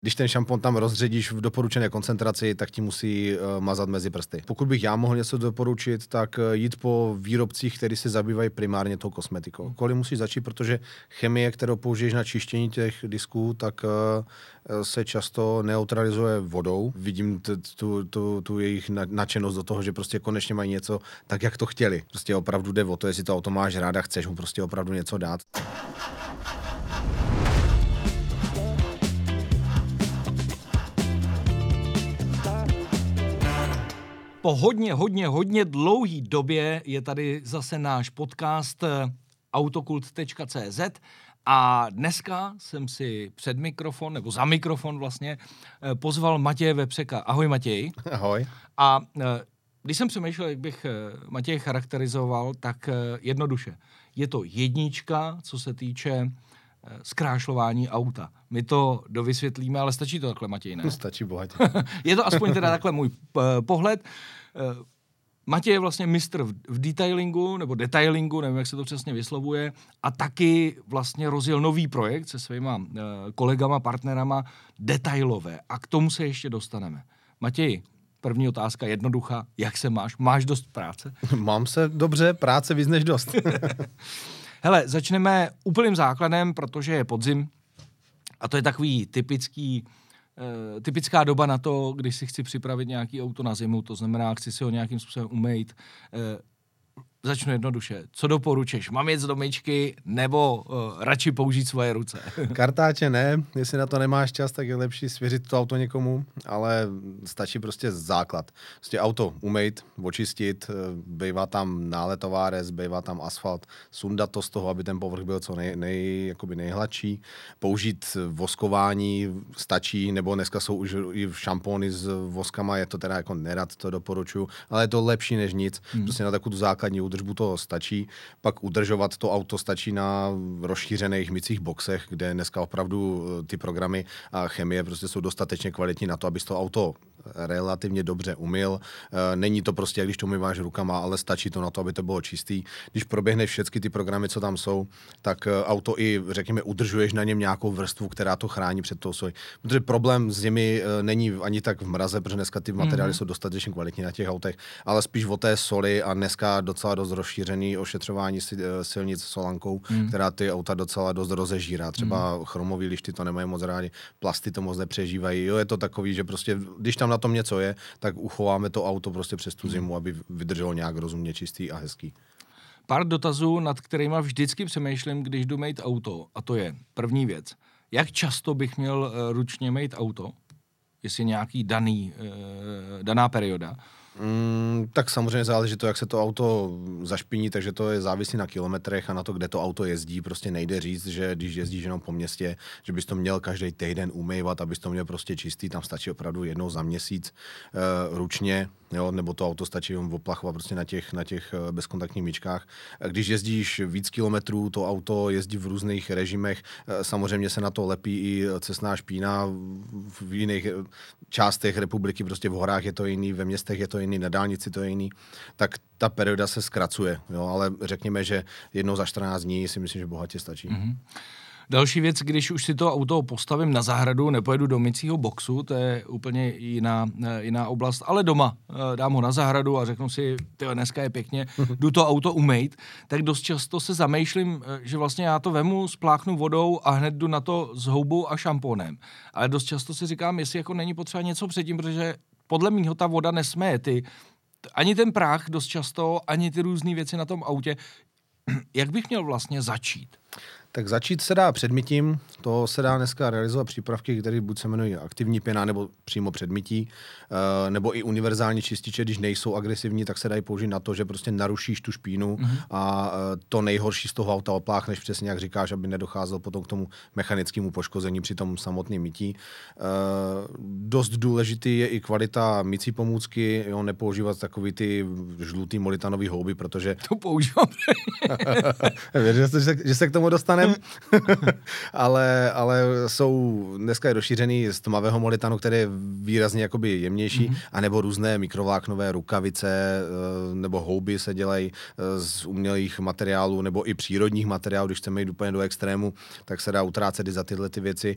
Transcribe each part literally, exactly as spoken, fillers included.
Když ten šampon tam rozředíš v doporučené koncentraci, tak ti musí uh, mazat mezi prsty. Pokud bych já mohl něco doporučit, tak uh, jít po výrobcích, kteří se zabývají primárně tou kosmetikou. Kvůli musíš začít, protože chemie, kterou použiješ na čištění těch disků, tak uh, se často neutralizuje vodou. Vidím t- tu, tu, tu jejich nadšenost do toho, že prostě konečně mají něco tak, jak to chtěli. Prostě opravdu jde o to, jestli to auto máš rád a chceš mu prostě opravdu něco dát. Po hodně, hodně, hodně dlouhý době je tady zase náš podcast autokult tečka cé zet a dneska jsem si před mikrofon, nebo za mikrofon vlastně, pozval Matěje Vepřeka. Ahoj Matěj. Ahoj. A když jsem přemýšlel, jak bych Matěje charakterizoval, tak jednoduše. Je to jednička, co se týče zkrášlování auta. My to dovysvětlíme, ale stačí to takhle, Matěj, ne? Stačí bohatě. Je to aspoň teda takhle můj p- pohled. Matěj je vlastně mistr v, v detailingu, nebo detailingu, nevím, jak se to přesně vyslovuje, a taky vlastně rozjel nový projekt se svýma uh, kolegama, partnerama, detailové. A k tomu se ještě dostaneme. Matěj, první otázka, jednoduchá. Jak se máš? Máš dost práce? Mám se dobře, práce víc než dost. Hele, začneme úplným základem, protože je podzim a to je takový typický, e, typická doba na to, když si chci připravit nějaký auto na zimu, to znamená, chci si ho nějakým způsobem umýt. E, Začnu jednoduše. Co doporučuješ? Mám jet do myčky nebo uh, radši použít svoje ruce? Kartáče ne, jestli na to nemáš čas, tak je lepší svěřit to auto někomu, ale stačí prostě základ. Prostě auto umýt, očistit, bývá tam náletová rez, bývá tam asfalt, sundat to z toho, aby ten povrch byl co nej, nej, jakoby nejhladší, použít voskování stačí, nebo dneska jsou už i šampóny s voskama, je to teda jako nerad, to doporučuju, ale je to lepší než nic. Hmm. Prostě na takovou základní údržbu to stačí, pak udržovat to auto stačí na rozšířených mycích boxech, kde dneska opravdu ty programy a chemie prostě jsou dostatečně kvalitní na to, abys to auto relativně dobře umyl. Není to prostě, jak když to umýváš rukama, ale stačí to na to, aby to bylo čistý. Když proběhneš všechny ty programy, co tam jsou, tak auto i, řekněme, udržuješ na něm nějakou vrstvu, která to chrání před tou solí. Protože problém s nimi není ani tak v mraze, protože dneska ty materiály mm-hmm. jsou dostatečně kvalitní na těch autech, ale spíš o té soli a dneska docela dost rozšířený ošetřování silnic solankou, mm. která ty auta docela dost rozežírá. Třeba mm. chromový lišty to nemají moc rádi, plasty to moc nepřežívají. Jo, je to takový, že prostě, když tam na tom něco je, tak uchováme to auto prostě přes tu zimu, aby vydrželo nějak rozumně čistý a hezký. Pár dotazů, nad kterýma vždycky přemýšlím, když jdu mejt auto, a to je první věc. Jak často bych měl ručně mejt auto? Jestli nějaký daný, daná perioda. Mm, tak samozřejmě záleží to, jak se to auto zašpiní, takže to je závislí na kilometrech a na to, kde to auto jezdí. Prostě nejde říct, že když jezdíš jenom po městě, že bys to měl každý týden umývat, abys to měl prostě čistý. Tam stačí opravdu jednou za měsíc e, ručně, jo, nebo to auto stačí jenom oplachovat prostě na těch, na těch bezkontaktních myčkách. Když jezdíš víc kilometrů, to auto jezdí v různých režimech. E, samozřejmě se na to lepí i cestná špína. V jiných částech republiky, prostě v horách je to jiný, ve městech je to jiný, na dálnici to je jiný, tak ta perioda se zkracuje, jo, ale řekněme, že jednou za čtrnáct dní si myslím, že bohatě stačí. Mm-hmm. Další věc, když už si to auto postavím na zahradu, nepojedu do mycího boxu, to je úplně jiná, jiná oblast, ale doma dám ho na zahradu a řeknu si, tyjo, dneska je pěkně, jdu to auto umýt, tak dost často se zamýšlím, že vlastně já to vemu, spláchnu vodou a hned jdu na to s houbou a šampónem. Ale dost často si říkám, jestli jako není potřeba něco předtím, protože podle mýho ta voda nesměje ty, ani ten prach dost často, ani ty různé věci na tom autě. Jak bych měl vlastně začít? Tak začít se dá před mytím, to se dá dneska realizovat přípravky, které buď se jmenují aktivní pěna, nebo přímo před mytí, nebo i univerzální čističe, když nejsou agresivní, tak se dají použít na to, že prostě narušíš tu špínu mm-hmm. a to nejhorší z toho auta opláchneš, přesně jak říkáš, aby nedocházelo potom k tomu mechanickému poškození při tom samotném mytí. Dost důležitý je i kvalita mycí pomůcky, jo, nepoužívat takový ty žlutý molitanový houby, protože... To používám. Věř, že se, že se k tomu dostane. molitanem, ale, ale jsou dneska je rozšířený z tmavého molitanu, který je výrazně jakoby jemnější, mm-hmm. anebo různé mikrovláknové rukavice nebo houby se dělají z umělých materiálů nebo i přírodních materiálů, když chceme jít úplně do extrému, tak se dá utrácet i za tyhle ty věci.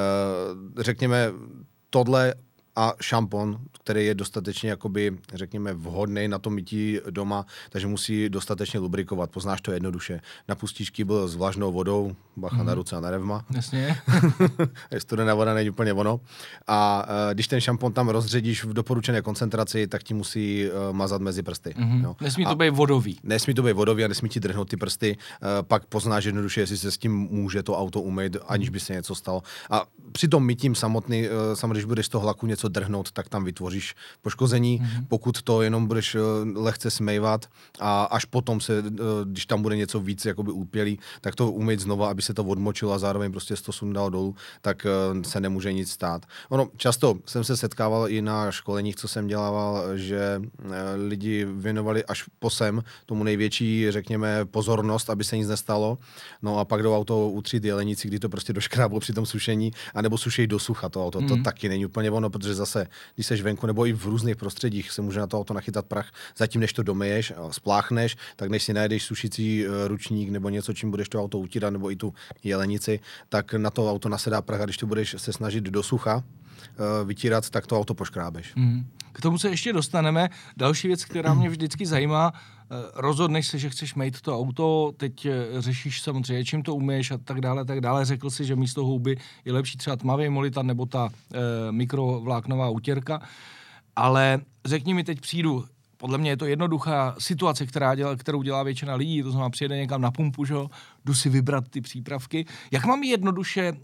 Řekněme, tohle a šampon, který je dostatečně, jakoby, řekněme, vhodný na to mytí doma, takže musí dostatečně lubrikovat. Poznáš to jednoduše. Napustíš kýbl s vlažnou vodou, bacha mm. na ruce a na revma. Jasně. Studená voda není úplně ono. A uh, když ten šampon tam rozředíš v doporučené koncentraci, tak ti musí uh, mazat mezi prsty. Mm-hmm. Jo. Nesmí to a být vodový. Nesmí to být vodový a nesmí ti drhnout ty prsty. Uh, pak poznáš jednoduše, jestli se s tím může to auto umýt, aniž by se něco stalo. A při tom mytím samotný, uh, samozřejmě, když budeš z toho hlaku něco drhnout, tak tam vytvoříš poškození. Mm-hmm. Pokud to jenom budeš uh, lehce smejvat a až potom se, uh, když tam bude něco víc jakoby úpělý, tak to umýt znova, aby se to odmočilo a zároveň prostě to sundal dolů, tak uh, se nemůže nic stát. Ono, často jsem se setkával i na školeních, co jsem dělával, že uh, lidi věnovali až po sem tomu největší, řekněme, pozornost, aby se nic nestalo. No a pak do auto utřít jelenici, kdy to prostě doškráblo při tom sušení, anebo sušej do sucha to auto. Mm. To taky není úplně ono, protože zase, když seš venku nebo i v různých prostředích, se může na to auto nachytat prach. Zatím, než to domyješ, spláchneš, tak než si najdeš sušící ručník nebo něco, čím budeš to auto utírat, nebo i tu jelenici, tak na to auto nasedá prach a když to budeš se snažit do sucha vytírat, tak to auto poškrábeš. Mm. K tomu se ještě dostaneme. Další věc, která mě vždycky zajímá, rozhodneš se, že chceš mít to auto, teď řešíš samozřejmě, čím to umíš a tak dále, tak dále. Řekl si, že místo houby je lepší třeba tmavý molitan nebo ta e, mikrovláknová utěrka, ale řekni mi, teď přijdu, podle mě je to jednoduchá situace, která dělá, kterou dělá většina lidí, to znamená přijede někam na pumpu, že jo, jdu si vybrat ty přípravky. Jak mám jednoduše e,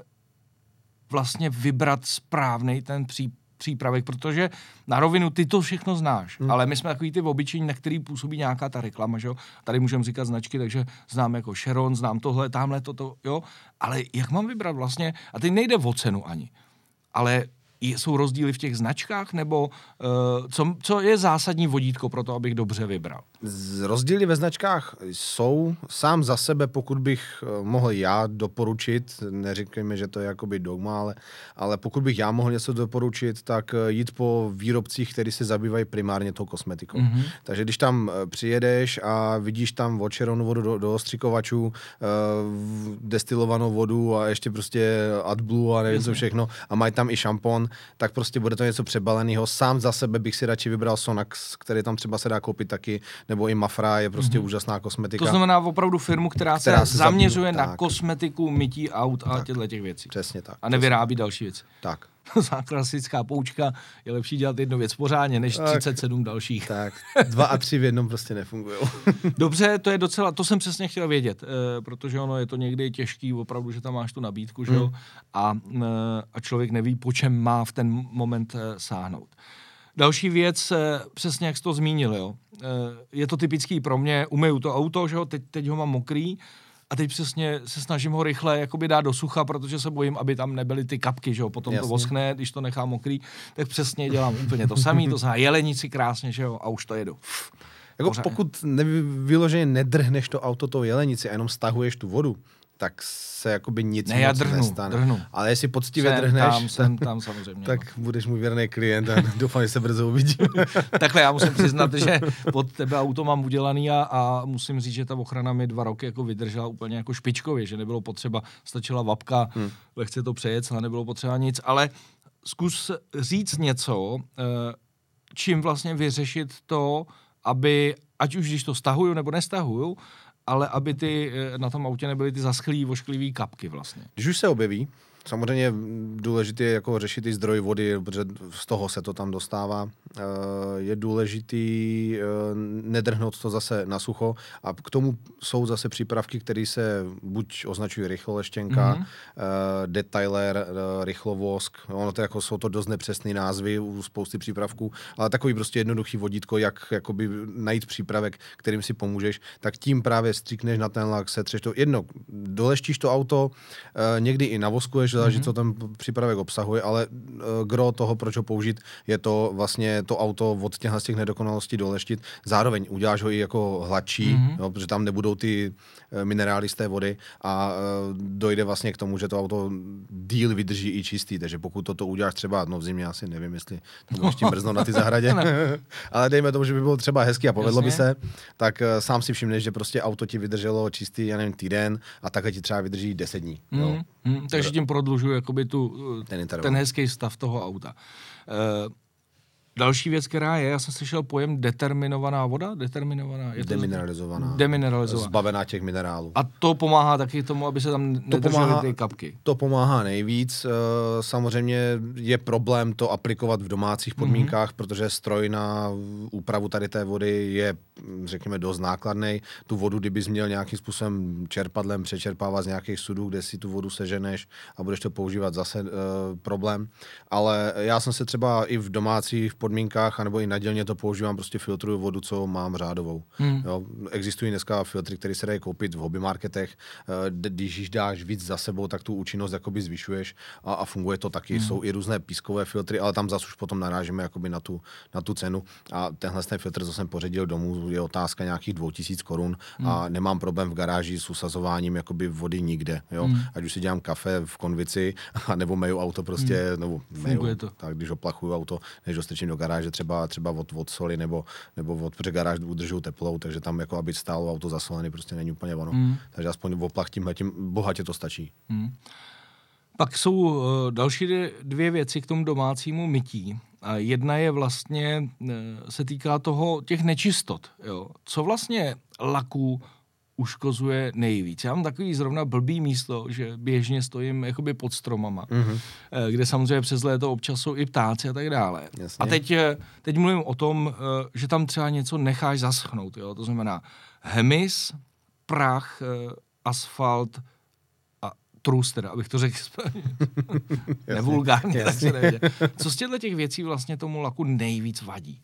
vlastně vybrat správnej ten přípravek, přípravek, protože na rovinu ty to všechno znáš, hmm. ale my jsme takový ty obyčejní, na který působí nějaká ta reklama, že jo. Tady můžeme říkat značky, takže znám jako Sharon, znám tohle, tamhle toto, jo. Ale jak mám vybrat vlastně, a teď nejde o cenu ani, ale jsou rozdíly v těch značkách, nebo uh, co, co je zásadní vodítko pro to, abych dobře vybral? Z rozdíly ve značkách jsou. Sám za sebe, pokud bych mohl já doporučit, neříkejme, že to je jakoby dogma, ale, ale pokud bych já mohl něco doporučit, tak jít po výrobcích, kteří se zabývají primárně tou kosmetikou. Mm-hmm. Takže když tam přijedeš a vidíš tam od Sharonu vodu do, do ostřikovačů, uh, destilovanou vodu a ještě prostě AdBlue a nevím co všechno a mají tam i šampon, tak prostě bude to něco přebaleného. Sám za sebe bych si radši vybral Sonax, který tam třeba se dá koupit taky, nebo i Mafra je prostě mm-hmm. úžasná kosmetika. To znamená opravdu firmu, která, která se, se zaměřuje zabývá, na tak. kosmetiku, mytí aut a těchto těch věcí. Přesně tak. A nevyrábí další věci. Tak. Klasická poučka, je lepší dělat jednu věc pořádně, než tak, třicet sedm dalších. Tak, dva a tři v jednom prostě nefungují. Dobře, to je docela, to jsem přesně chtěl vědět, eh, protože ono je to někdy těžký, opravdu, že tam máš tu nabídku, že jo, hmm. a, eh, a člověk neví, po čem má v ten moment eh, sáhnout. Další věc, eh, přesně jak jsi to zmínil, jo, eh, je to typický pro mě, umyju to auto, že jo, teď, teď ho mám mokrý, a teď přesně se snažím ho rychle jakoby dát do sucha, protože se bojím, aby tam nebyly ty kapky, že jo, potom Jasně. to voskne, když to nechám mokrý, tak přesně dělám úplně to samý, to znamená jelenici krásně, že jo, a už to jedu. Jako pokud nevyloženě nedrhneš to auto tou jelenici a jenom stahuješ tu vodu, tak se jakoby nic ne, moc drhnu, nestane. Drhnu. Ale jestli poctivě jsem drhneš, tam, jsem tam samozřejmě. tak no. budeš můj věrný klient a doufám, že se brzo uvidíme. Takhle já musím přiznat, že pod tebe auto mám udělaný a, a musím říct, že ta ochrana mi dva roky jako vydržela úplně jako špičkově, že nebylo potřeba, stačila vapka, hmm. lehce to přejet, ale nebylo potřeba nic, ale zkus říct něco, čím vlastně vyřešit to, aby, ať už když to stahuju nebo nestahuju, ale aby ty na tom autě nebyly ty zaschlý, vošklivý kapky vlastně. Když už se objeví, samozřejmě důležité je jako řešit i zdroj vody, protože z toho se to tam dostává. Je důležitý nedrhnout to zase na sucho a k tomu jsou zase přípravky, které se buď označují rychloleštěnka, mm-hmm. detailer, rychlovosk, ono to jako jsou to dost nepřesné názvy u spousty přípravků, ale takový prostě jednoduchý vodítko, jak jakoby najít přípravek, kterým si pomůžeš, tak tím právě stříkneš na ten lak, setřeš to jedno, doleštíš to auto, někdy i navoskuješ, ještě záleží, Mhm. co ten přípravek obsahuje, ale uh, gro toho, proč ho použít, je to vlastně to auto od těchhle z těch nedokonalostí doleštit. Zároveň uděláš ho i jako hladší, Mhm. jo, protože tam nebudou ty uh, minerály z té vody a uh, dojde vlastně k tomu, že to auto díl vydrží i čistý, takže pokud toto uděláš třeba, no v zimě asi nevím, jestli to bude ještě mrznout na ty zahradě, ale dejme tomu, že by bylo třeba hezký a povedlo Jasně. by se, tak uh, sám si všimneš, že prostě auto ti vydrželo čistý, já nevím, týden a takhle ti třeba vydrží deset dní. Jo. Mm, mm, takže tím prodlužuji jakoby tu, Ten interval. ten hezký stav toho auta. Uh, další věc, která je, já jsem slyšel pojem determinovaná voda, determinovaná, je to Demineralizovaná. Demineralizovaná. Zbavená těch minerálů. A to pomáhá taky tomu, aby se tam nedržely pomáhá- ty kapky. To pomáhá nejvíc. Eh, Samozřejmě je problém to aplikovat v domácích podmínkách, mm-hmm. protože stroj na úpravu tady té vody je, řekněme, dost nákladný. Tu vodu, kdybys měl nějakým způsobem čerpadlem přečerpávat z nějakých sudů, kde si tu vodu seženeš a budeš to používat, zase eh, problém. Ale já jsem se třeba i v domácích podmínkách, anebo i nadělně to používám, prostě filtruju vodu, co mám řádovou. Hmm. Jo, existují dneska filtry, které se dají koupit v hobby marketech. Eh, Když již dáš víc za sebou, tak tu účinnost jakoby zvyšuješ a, a funguje to taky. Hmm. Jsou i různé pískové filtry, ale tam zase už potom narážíme jakoby na tu, na tu cenu. A tenhle ten filtr, co jsem pořídil domů, je otázka nějakých dvou tisíc korun hmm. a nemám problém v garáži s usazováním jakoby vody nikde. Jo? Hmm. Ať už si dělám kafe v konvici, nebo meju auto prostě, hmm. nebo meju, to. tak když oplachuju auto, než ho strčím do garáže třeba, třeba od, od soli, nebo, nebo od, protože garáž udržuju teplou, takže tam jako aby stálo auto zasolený, prostě není úplně ono. Hmm. Takže aspoň oplach tímhletím bohatě to stačí. Hmm. Pak jsou uh, další dvě věci k tomu domácímu mytí. A jedna je vlastně, uh, se týká toho těch nečistot. Jo. Co vlastně laku uškozuje nejvíc? Já mám takový zrovna blbý místo, že běžně stojím jakoby pod stromama, mm-hmm. kde samozřejmě přes léto občas jsou i ptáci a tak dále. Jasně. A teď, teď mluvím o tom, že tam třeba něco necháš zaschnout. Jo? To znamená hmyz, prach, asfalt a trus, teda, abych to řekl nevulgárně. Tak se nejde. Co z těchto těch věcí vlastně tomu laku nejvíc vadí?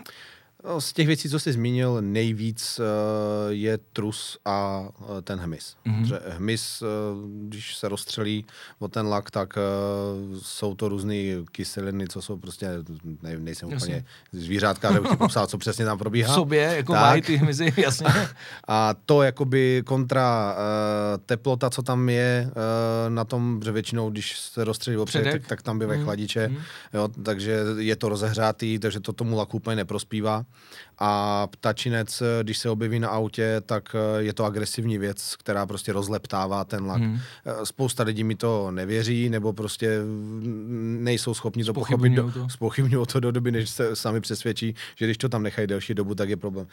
Z těch věcí, co jsi zmínil, nejvíc uh, je trus a uh, ten hmyz. Mm-hmm. Hmyz, uh, když se rozstřelí o ten lak, tak uh, jsou to různé kyseliny, co jsou prostě, ne, nejsem jasně. úplně zvířátka, že bych ti popsal, co přesně tam probíhá. V sobě, jako mají ty hmyzy, jasně. A to jakoby kontra uh, teplota, co tam je uh, na tom, že většinou, když se rozstřelí opředek, tak, tak tam bývají mm. chladiče, mm. jo, takže je to rozehřátý, takže to tomu laku úplně neprospívá. A ptačinec, když se objeví na autě, tak je to agresivní věc, která prostě rozleptává ten lak. Hmm. Spousta lidí mi to nevěří, nebo prostě nejsou schopni to pochopit. Zpochybňují to do doby, než se sami přesvědčí, že když to tam nechají delší dobu, tak je problém.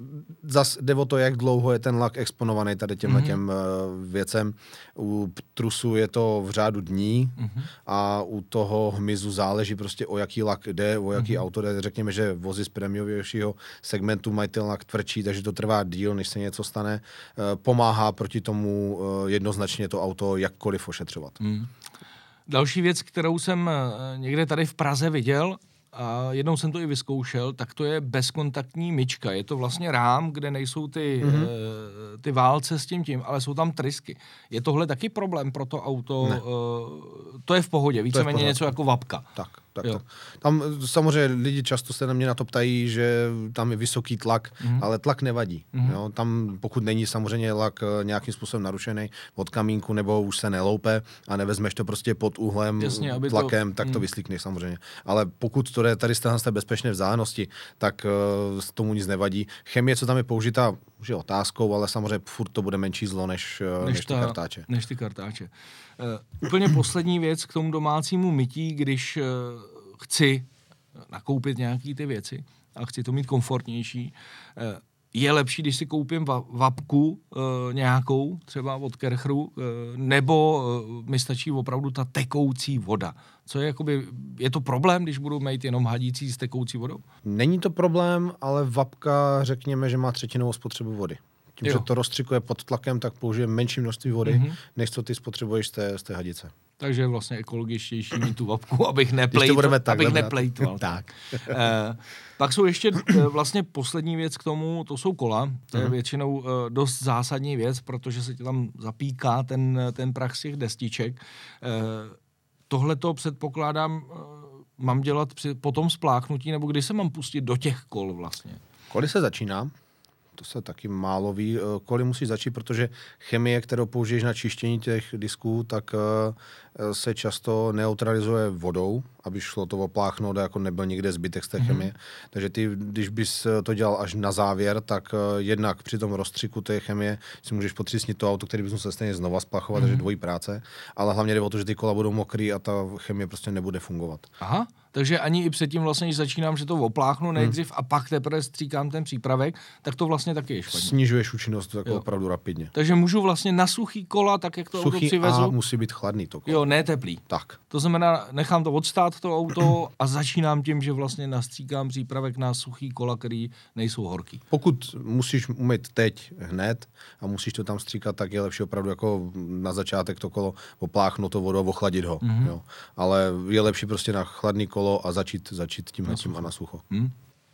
Zas jde o to, jak dlouho je ten lak exponovaný tady těmhle těm hmm. věcem. U trusu je to v řádu dní hmm. a u toho hmyzu záleží prostě o jaký lak jde, o jaký hmm. auto jde. Řekněme, že vozy z prémiovějšího segmentu mají ten lak tvrdší, takže to trvá díl, než se něco stane. Pomáhá proti tomu jednoznačně to auto jakkoliv ošetřovat. Hmm. Další věc, kterou jsem někde tady v Praze viděl, a jednou jsem to i vyzkoušel, tak to je bezkontaktní myčka. Je to vlastně rám, kde nejsou ty, mm-hmm. e, ty válce s tím tím, ale jsou tam trysky. Je tohle taky problém pro to auto? E, to je v pohodě, víceméně něco jako vapka. Tak, tak, tak. Tam samozřejmě lidi často se na mě na to ptají, že tam je vysoký tlak, mm-hmm. ale tlak nevadí. Mm-hmm. Jo? Tam pokud není samozřejmě lak nějakým způsobem narušený od kamínku, nebo už se neloupe a nevezmeš to prostě pod úhlem, jasně, tlakem, to, tak to mm. vyslíkneš samozřejmě. Ale pokud to jde tady z té bezpečné vzdálenosti, tak uh, tomu nic nevadí. Chemie, co tam je použitá, už je otázkou, ale samozřejmě furt to bude menší zlo než, než, než ta, ty kartáče. Než ty kartáče. Uh, úplně poslední věc k tomu domácímu mytí, když uh, chci nakoupit nějaký ty věci a chci to mít komfortnější, uh, je lepší, když si koupím va- vapku e, nějakou, třeba od Kerchru, e, nebo e, mi stačí opravdu ta tekoucí voda. Co je, jakoby, je to problém, když budu mít jenom hadící s tekoucí vodou? Není to problém, ale vapka, řekněme, že má třetinovou spotřebu vody. Tím, jo. že to rozstřikuje pod tlakem, tak použije menší množství vody, mm-hmm. než co ty spotřebuješ z té, z té hadice. Takže vlastně ekologičtější mít tu vapku, abych neplejtval. Abych neplejtval. Tak. uh, pak jsou ještě uh, vlastně poslední věc k tomu, to jsou kola. To je uh-huh. většinou uh, dost zásadní věc, protože se ti tam zapíká ten, ten prach z těch destiček. Uh, Tohle to předpokládám, uh, mám dělat při, po tom spláchnutí, nebo kdy se mám pustit do těch kol vlastně? Koly se začíná. To se taky málo ví. Koly musí začít, protože chemie, kterou použiješ na čištění těch disků, tak se často neutralizuje vodou, aby šlo to opláchnout, jako nebyl nikde zbytek z té mm-hmm. chemie. Takže ty, když bys to dělal až na závěr, tak jednak při tom rozstřiku té chemie si můžeš potřísnit to auto, který bys musel stejně znova splachovat, mm-hmm. takže dvojí práce. Ale hlavně jde o to, že ty kola budou mokrý a ta chemie prostě nebude fungovat. Aha. Takže ani i předtím vlastně, když začínám, že to opláchnu nejdřív hmm. a pak teprve stříkám ten přípravek, tak to vlastně taky je špatně. Snižuješ účinnost jako opravdu rapidně. Takže můžu vlastně na suchý kola, tak jak to suchý auto přivezu. A musí být chladný to kolo. Jo, ne teplý. Tak. To znamená, nechám to odstát to auto a začínám tím, že vlastně nastříkám přípravek na suchý kola, který nejsou horký. Pokud musíš umýt teď hned a musíš to tam stříkat, tak je lepší opravdu jako na začátek to kolo opláchnout to vodou a ochladit ho. Mm-hmm. Jo. Ale je lepší prostě na chladný kolo a začít, začít tímhle tím a na sucho. Hmm.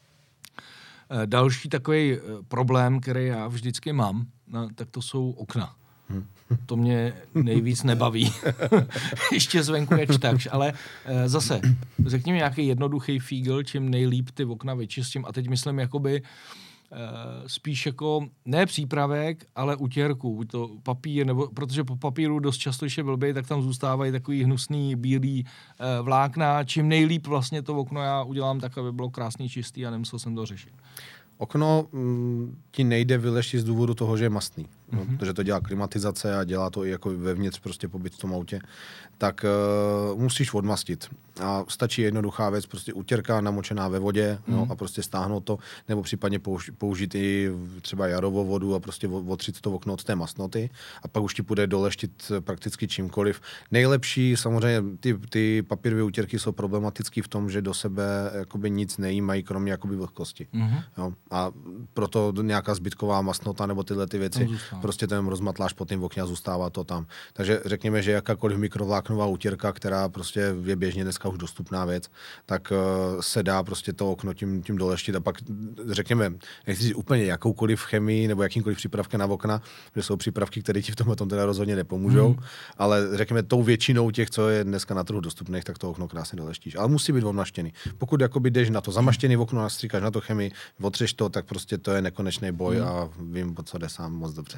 Další takový problém, který já vždycky mám, no, tak to jsou okna. Hmm. To mě nejvíc nebaví. Ještě zvenku jakž takž, ale e, zase, řekni mi nějaký jednoduchý fígl, čím nejlíp ty okna vyčistím. A teď myslím jakoby e, spíš jako ne přípravek, ale utěrku, to papír, nebo protože po papíru dost často, když je blbý, tak tam zůstávají takový hnusný bílý e, vlákna. Čím nejlíp vlastně to okno já udělám tak, aby bylo krásný, čistý a nemusel jsem to řešit. Okno mm, ti nejde vyleštit z důvodu toho, že je mastný. Mm-hmm. No, protože to dělá klimatizace a dělá to i jako vevnitř prostě pobyt v tom autě. Tak uh, musíš odmastit. A stačí jednoduchá věc, prostě utěrka namočená ve vodě mm-hmm. no, a prostě stáhnout to, nebo případně použ- použít i třeba jarovou vodu a prostě otřít to okno od té mastnoty a pak už ti půjde doleštit prakticky čímkoliv. Nejlepší, samozřejmě ty, ty papírové utěrky jsou problematický v tom, že do sebe jakoby nic nejímají, kromě jakoby vlhkosti. Mm-hmm. Jo. A proto nějaká zbytková mastnota nebo tyhle ty věci prostě ten rozmatláš pod tím okně a zůstává to tam. Takže řekněme, že jakákoliv mikrovláknová utěrka, která prostě je běžně dneska už dostupná věc, tak uh, se dá prostě to okno tím, tím doleštit a pak řekněme, nechci říct úplně jakoukoliv chemii nebo jakýmkoliv přípravky na okna, že jsou přípravky, které ti v tomhle tom teda rozhodně nepomůžou, hmm. ale řekněme tou většinou těch, co je dneska na trhu dostupných, tak to okno krásně doleštíš. Ale musí být odmaštěný. Pokud jakoby jdeš na to zamaštěný okno, nastříkáš na to chemii, otřeš to, tak prostě to je nekonečný boj hmm. a vím, po co jde sám moc dobře.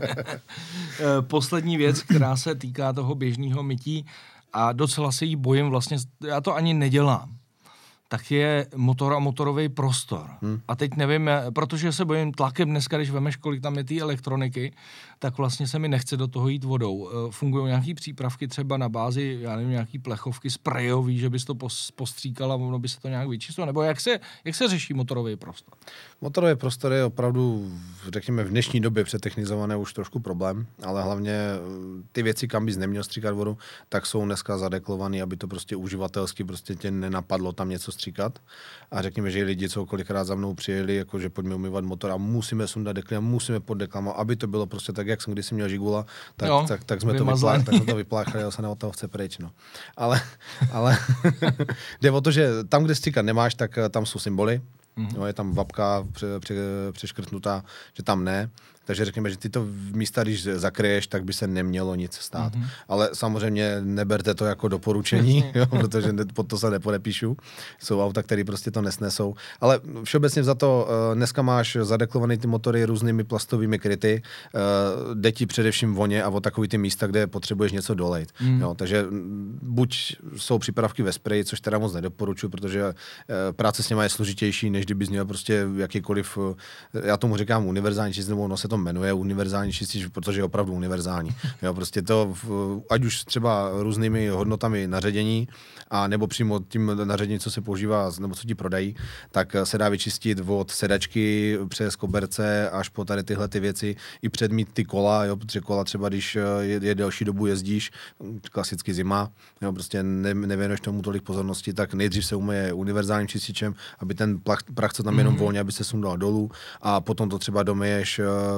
Poslední věc, která se týká toho běžného mytí a docela se jí bojím vlastně, já to ani nedělám, tak je motor a motorový prostor. Hmm. A teď nevím, protože se bojím tlakem dneska, když vemeš, kolik tam je té elektroniky, tak vlastně se mi nechce do toho jít vodou. Fungují nějaký přípravky třeba na bázi, já nevím, nějaký plechovky sprejový, že bys to postříkal a ono by se to nějak vyčistilo? Nebo jak se, jak se řeší motorový prostor? Motorový prostor je opravdu, řekněme, v dnešní době přetechnizované už trošku problém, ale hlavně ty věci, kam bys neměl stříkat vodu, tak jsou dneska zadeklovaný, aby to prostě uživatelsky prostě tě nenapadlo tam něco stříkat. A řekněme, že lidi, co kolikrát za mnou přijeli, jakože pojďme umývat motor a musíme sundat dekly a musíme pod deklama, aby to bylo prostě tak, jak jsem kdysi měl Žigula, tak, jo, tak, tak, jsme, to vyplá, tak jsme to vypláchali a se na od toho chce pryč. No. Ale, ale jde o to, že tam, kde stříkat nemáš, tak tam jsou symboly. Mm-hmm. No, je tam vapka pře, pře, přeškrtnutá, že tam ne. Takže řekněme, že ty to místa, když zakryješ, tak by se nemělo nic stát. Mm-hmm. Ale samozřejmě neberte to jako doporučení, jo, protože pod to se nepodepíšu. Jsou auta, které prostě to nesnesou. Ale všeobecně za to dneska máš zadeklované ty motory různými plastovými kryty. Jde ti především voně a o takový ty místa, kde potřebuješ něco dolejt. Mm. Jo, takže buď jsou přípravky ve spreji, což teda moc nedoporučuji, protože práce s nimi je složitější, než kdybys měl prostě jakýkoliv, já tomu říkám univerzální čistič, nebo ono se to jmenuje univerzální čistič, protože je opravdu univerzální. Jo, prostě to, ať už třeba různými hodnotami naředění, a nebo přímo tím naředění, co se používá, nebo co ti prodají, tak se dá vyčistit od sedačky přes koberce až po tady tyhle ty věci, i předmít ty kola, jo, protože kola třeba, když je, je delší dobu jezdíš, klasicky zima, jo, prostě ne, nevěnuješ tomu tolik pozornosti, tak nejdřív se umyje univerzálním čističem, aby ten prach, co tam jenom volně, aby se sundal dolů, a potom to třeba domyješ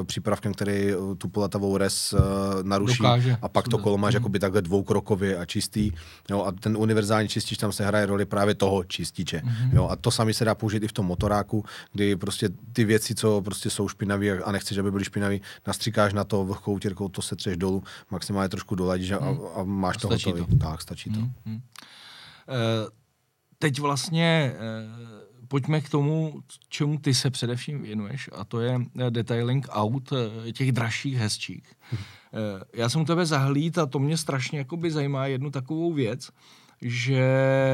přípravkem, který tu poletavou res uh, naruší Dokáže. a pak to kolo máš mm. jakoby takhle dvoukrokově a čistý. Jo, a ten univerzální čistič tam se hraje roli právě toho čističe. Mm. Jo, a to sami se dá použít i v tom motoráku, kdy prostě ty věci, co prostě jsou špinavé a nechceš, aby byly špinavé, nastříkáš na to vlhkou utírkou, to se třeš dolů, maximálně trošku doladíš a, mm. a máš a to hotový. To. Tak, stačí to. Mm. Mm. Uh, teď vlastně uh, pojďme k tomu, čemu ty se především věnuješ, a to je detailing aut, těch dražších, hezčích. Hmm. Já jsem u tebe zahlíd a to mě strašně jakoby zajímá jednu takovou věc, že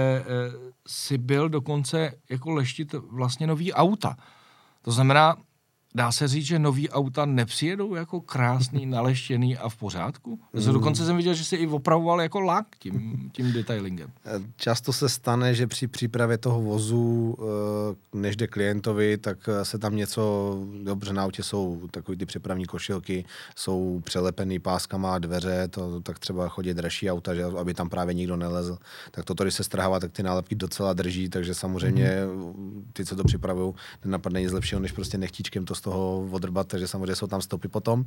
jsi byl dokonce jako leštit vlastně nový auta. To znamená, dá se říct, že nový auta nepřijedou jako krásný, naleštěný a v pořádku? Mm. Dokonce jsem viděl, že jsi i opravoval jako lak tím, tím detailingem. Často se stane, že při přípravě toho vozu, než jde klientovi, tak se tam něco, dobře, na autě jsou takový ty přepravní košilky, jsou přelepený páskama dveře, to tak třeba chodí dražší auta, že, aby tam právě nikdo nelezl. Tak toto, když se strhává, tak ty nálepky docela drží, takže samozřejmě mm. ty, co to připravují, nenapadne nic lepšího, než prostě nechtíčkem to z toho odrbat, takže samozřejmě jsou tam stopy potom.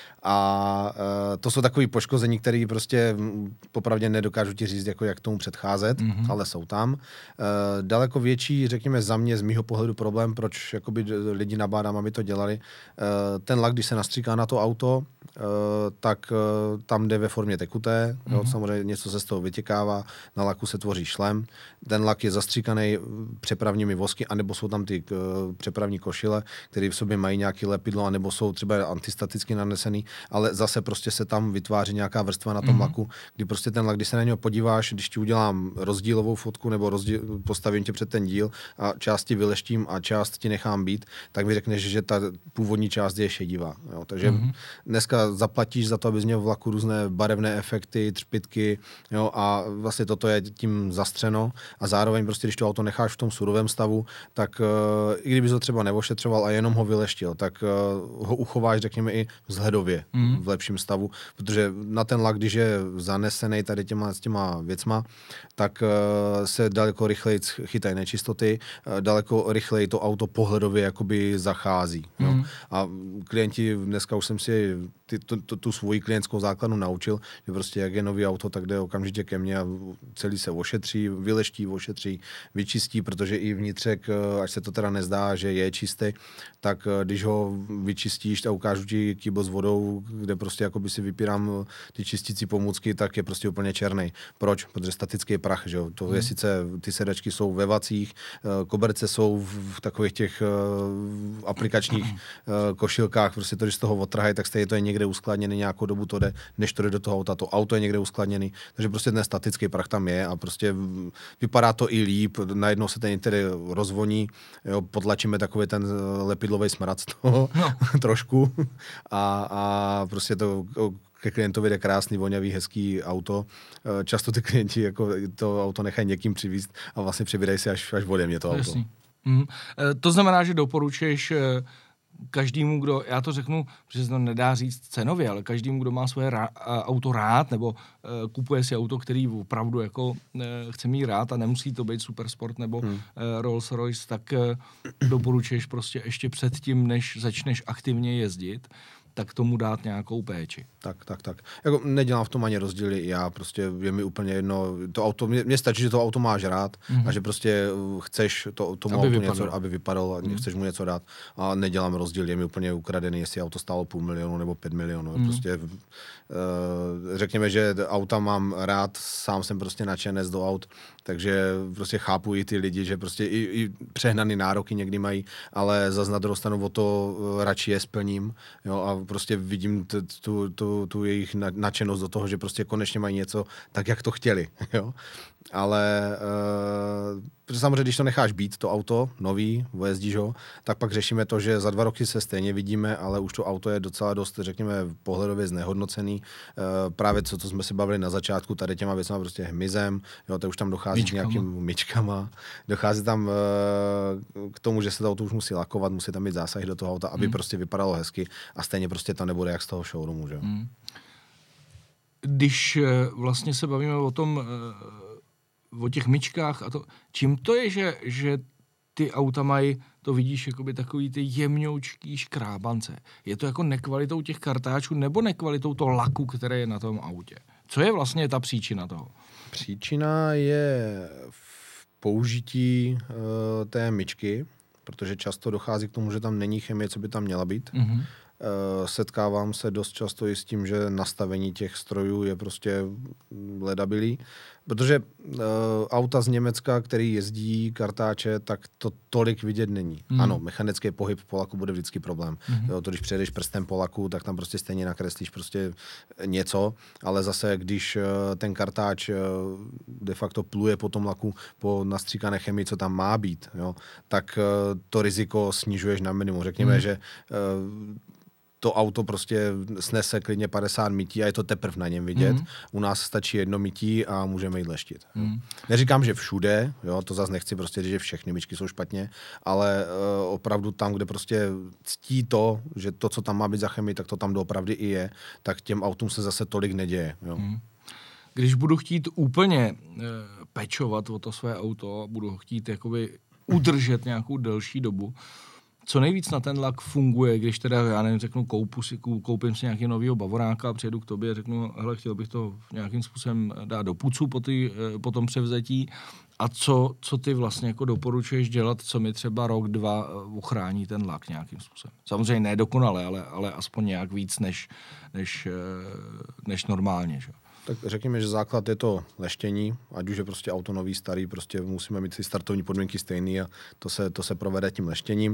A e, to jsou takové poškození, které prostě popravdě nedokážu ti říct, jako jak tomu předcházet, mm-hmm. ale jsou tam. E, daleko větší, řekněme za mě, z mýho pohledu problém, proč jakoby lidi nabádám, aby to dělali. E, ten lak, když se nastříká na to auto, e, tak e, tam jde ve formě tekuté, mm-hmm. jo, samozřejmě něco se z toho vytěkává, na laku se tvoří šlem, ten lak je zastříkaný přepravními vosky, anebo jsou tam ty e, přepravní košile, které v sobě mají nějaké lepidlo, anebo jsou třeba antistaticky nanesený, ale zase prostě se tam vytváří nějaká vrstva na tom mm-hmm. laku, kdy prostě ten lak, když se na něho podíváš, když ti udělám rozdílovou fotku nebo rozdíl, postavím tě před ten díl a část ti vyleštím a část ti nechám být, tak mi řekneš, že ta původní část je šedivá. Jo? Takže mm-hmm. dneska zaplatíš za to, abys měl v laku různé barevné efekty, třpytky, jo? A vlastně toto je tím zastřeno a zároveň prostě, když to auto necháš v tom surovém stavu, tak uh, i kdyby to třeba neošetřoval a jenom ho vyleštil, tak uh, ho uchováš, řekněme, i vzhledově mm. v lepším stavu, protože na ten lak, když je zanesený tady těma, s těma věcma, tak uh, se daleko rychleji chytají nečistoty, uh, daleko rychleji to auto pohledově jakoby zachází. Mm. Jo? A klienti, dneska už jsem si ty, tu, tu, tu svoji klientskou základnu naučil, že prostě jak je nový auto, tak jde okamžitě ke mně a celý se ošetří, vyleští, ošetří, vyčistí, protože i vnitřek, až se to teda nezdá, že je čistý, tak když ho vyčistíš a ukážu ti kýbl s vodou, kde prostě jakoby si vypírám ty čistící pomůcky, tak je prostě úplně černý. Proč? Protože statický prach, že jo. To je hmm. sice, ty sedačky jsou ve vacích, koberce jsou v takových těch aplikačních košilkách, prostě to, když z toho odtrhají, tak stejně to je někde uskladněný nějakou dobu, to jde, než to jde do toho auta, to auto je někde uskladněný, takže prostě ten statický prach tam je a prostě vypadá to i líp, najednou se ten tedy rozvoní, jo, potlačíme takový ten lepidlový smrad z toho no. trošku a, a prostě to ke klientovi jde krásný, voňavý, hezký auto. Často ty klienti jako to auto nechají někým přivízt a vlastně přibírají si až, až ode mě to auto. Jasný. Mm. To znamená, že doporučuješ každému, kdo, já to řeknu, protože se to nedá říct cenově, ale každému, kdo má svoje rá, auto rád, nebo uh, kupuje si auto, který opravdu jako uh, chce mít rád a nemusí to být Supersport nebo hmm. uh, Rolls Royce, tak uh, doporučuješ prostě ještě předtím, než začneš aktivně jezdit, tak tomu dát nějakou péči. Tak, tak, tak. Jako nedělám v tom ani rozdíly, já prostě, je mi úplně jedno, to auto, mně stačí, že to auto máš rád mm-hmm. a že prostě chceš to, tomu aby autu vypadalo. něco, aby vypadalo a mm-hmm. chceš mu něco dát a nedělám rozdíl, je mi úplně ukradený, jestli auto stálo půl milionu nebo pět milionů. Mm-hmm. Prostě uh, řekněme, že auta mám rád, sám jsem prostě nadšenec do aut, takže prostě chápu i ty lidi, že prostě i, i přehnaný nároky někdy mají, ale zas na druhou stranu o to radši je splním, jo, a prostě vidím t, tu, tu, tu jejich nadšenost do toho, že prostě konečně mají něco tak, jak to chtěli, jo. Ale uh, samozřejmě, když to necháš být, to auto, nový, vojezdíš ho, tak pak řešíme to, že za dva roky se stejně vidíme, ale už to auto je docela dost, řekněme, pohledově znehodnocený. Uh, právě co, co jsme si bavili na začátku, tady těma věcma prostě hmyzem, jo, to už tam dochází myčkama. k nějakým myčkama, dochází tam uh, k tomu, že se to auto už musí lakovat, musí tam být zásahy do toho auta, aby hmm. prostě vypadalo hezky a stejně prostě to nebude jak z toho showroomu, že? Hmm. Když vlastně se bavíme o tom, o těch myčkách a to, čím to je, že, že ty auta mají, to vidíš, jakoby takový ty jemňoučký škrábance. Je to jako nekvalitou těch kartáčů nebo nekvalitou toho laku, který je na tom autě? Co je vlastně ta příčina toho? Příčina je v použití uh, té myčky, protože často dochází k tomu, že tam není chemie, co by tam měla být. Mm-hmm. Uh, setkávám se dost často i s tím, že nastavení těch strojů je prostě ledabilý, protože uh, auta z Německa, který jezdí kartáče, tak to tolik vidět není. Mm. Ano, mechanický pohyb po laku bude vždycky problém. Mm. Jo, to, když přejdeš prstem po laku, tak tam prostě stejně nakreslíš prostě něco, ale zase, když uh, ten kartáč uh, de facto pluje po tom laku, po nastříkané chemii, co tam má být, jo, tak uh, to riziko snižuješ na minimum. Řekněme, mm. že uh, to auto prostě snese klidně padesát mytí a je to teprve na něm vidět. Mm. U nás stačí jedno mytí a můžeme jít leštit. Mm. Neříkám, že všude, jo, to zase nechci prostě říct, že všechny myčky jsou špatně, ale uh, opravdu tam, kde prostě ctí to, že to, co tam má být za chemii, tak to tam doopravdy i je, tak těm autům se zase tolik neděje. Jo. Mm. Když budu chtít úplně uh, pečovat o to své auto, budu ho chtít jakoby udržet nějakou delší dobu, co nejvíc na ten lak funguje, když teda, já nevím, řeknu, koupu si, koupím si nějaký novýho bavoráka, přijedu k tobě, řeknu, hele, chtěl bych to nějakým způsobem dát do pucu po, ty, po tom převzetí. A co, co ty vlastně jako doporučuješ dělat, co mi třeba rok, dva ochrání ten lak nějakým způsobem? Samozřejmě ne dokonale, ale, ale aspoň nějak víc než, než, než normálně, že? Tak řekněme, že základ je to leštění, ať už je prostě auto nový, starý, prostě musíme mít ty startovní podmínky stejný a to se, to se provede tím leštěním.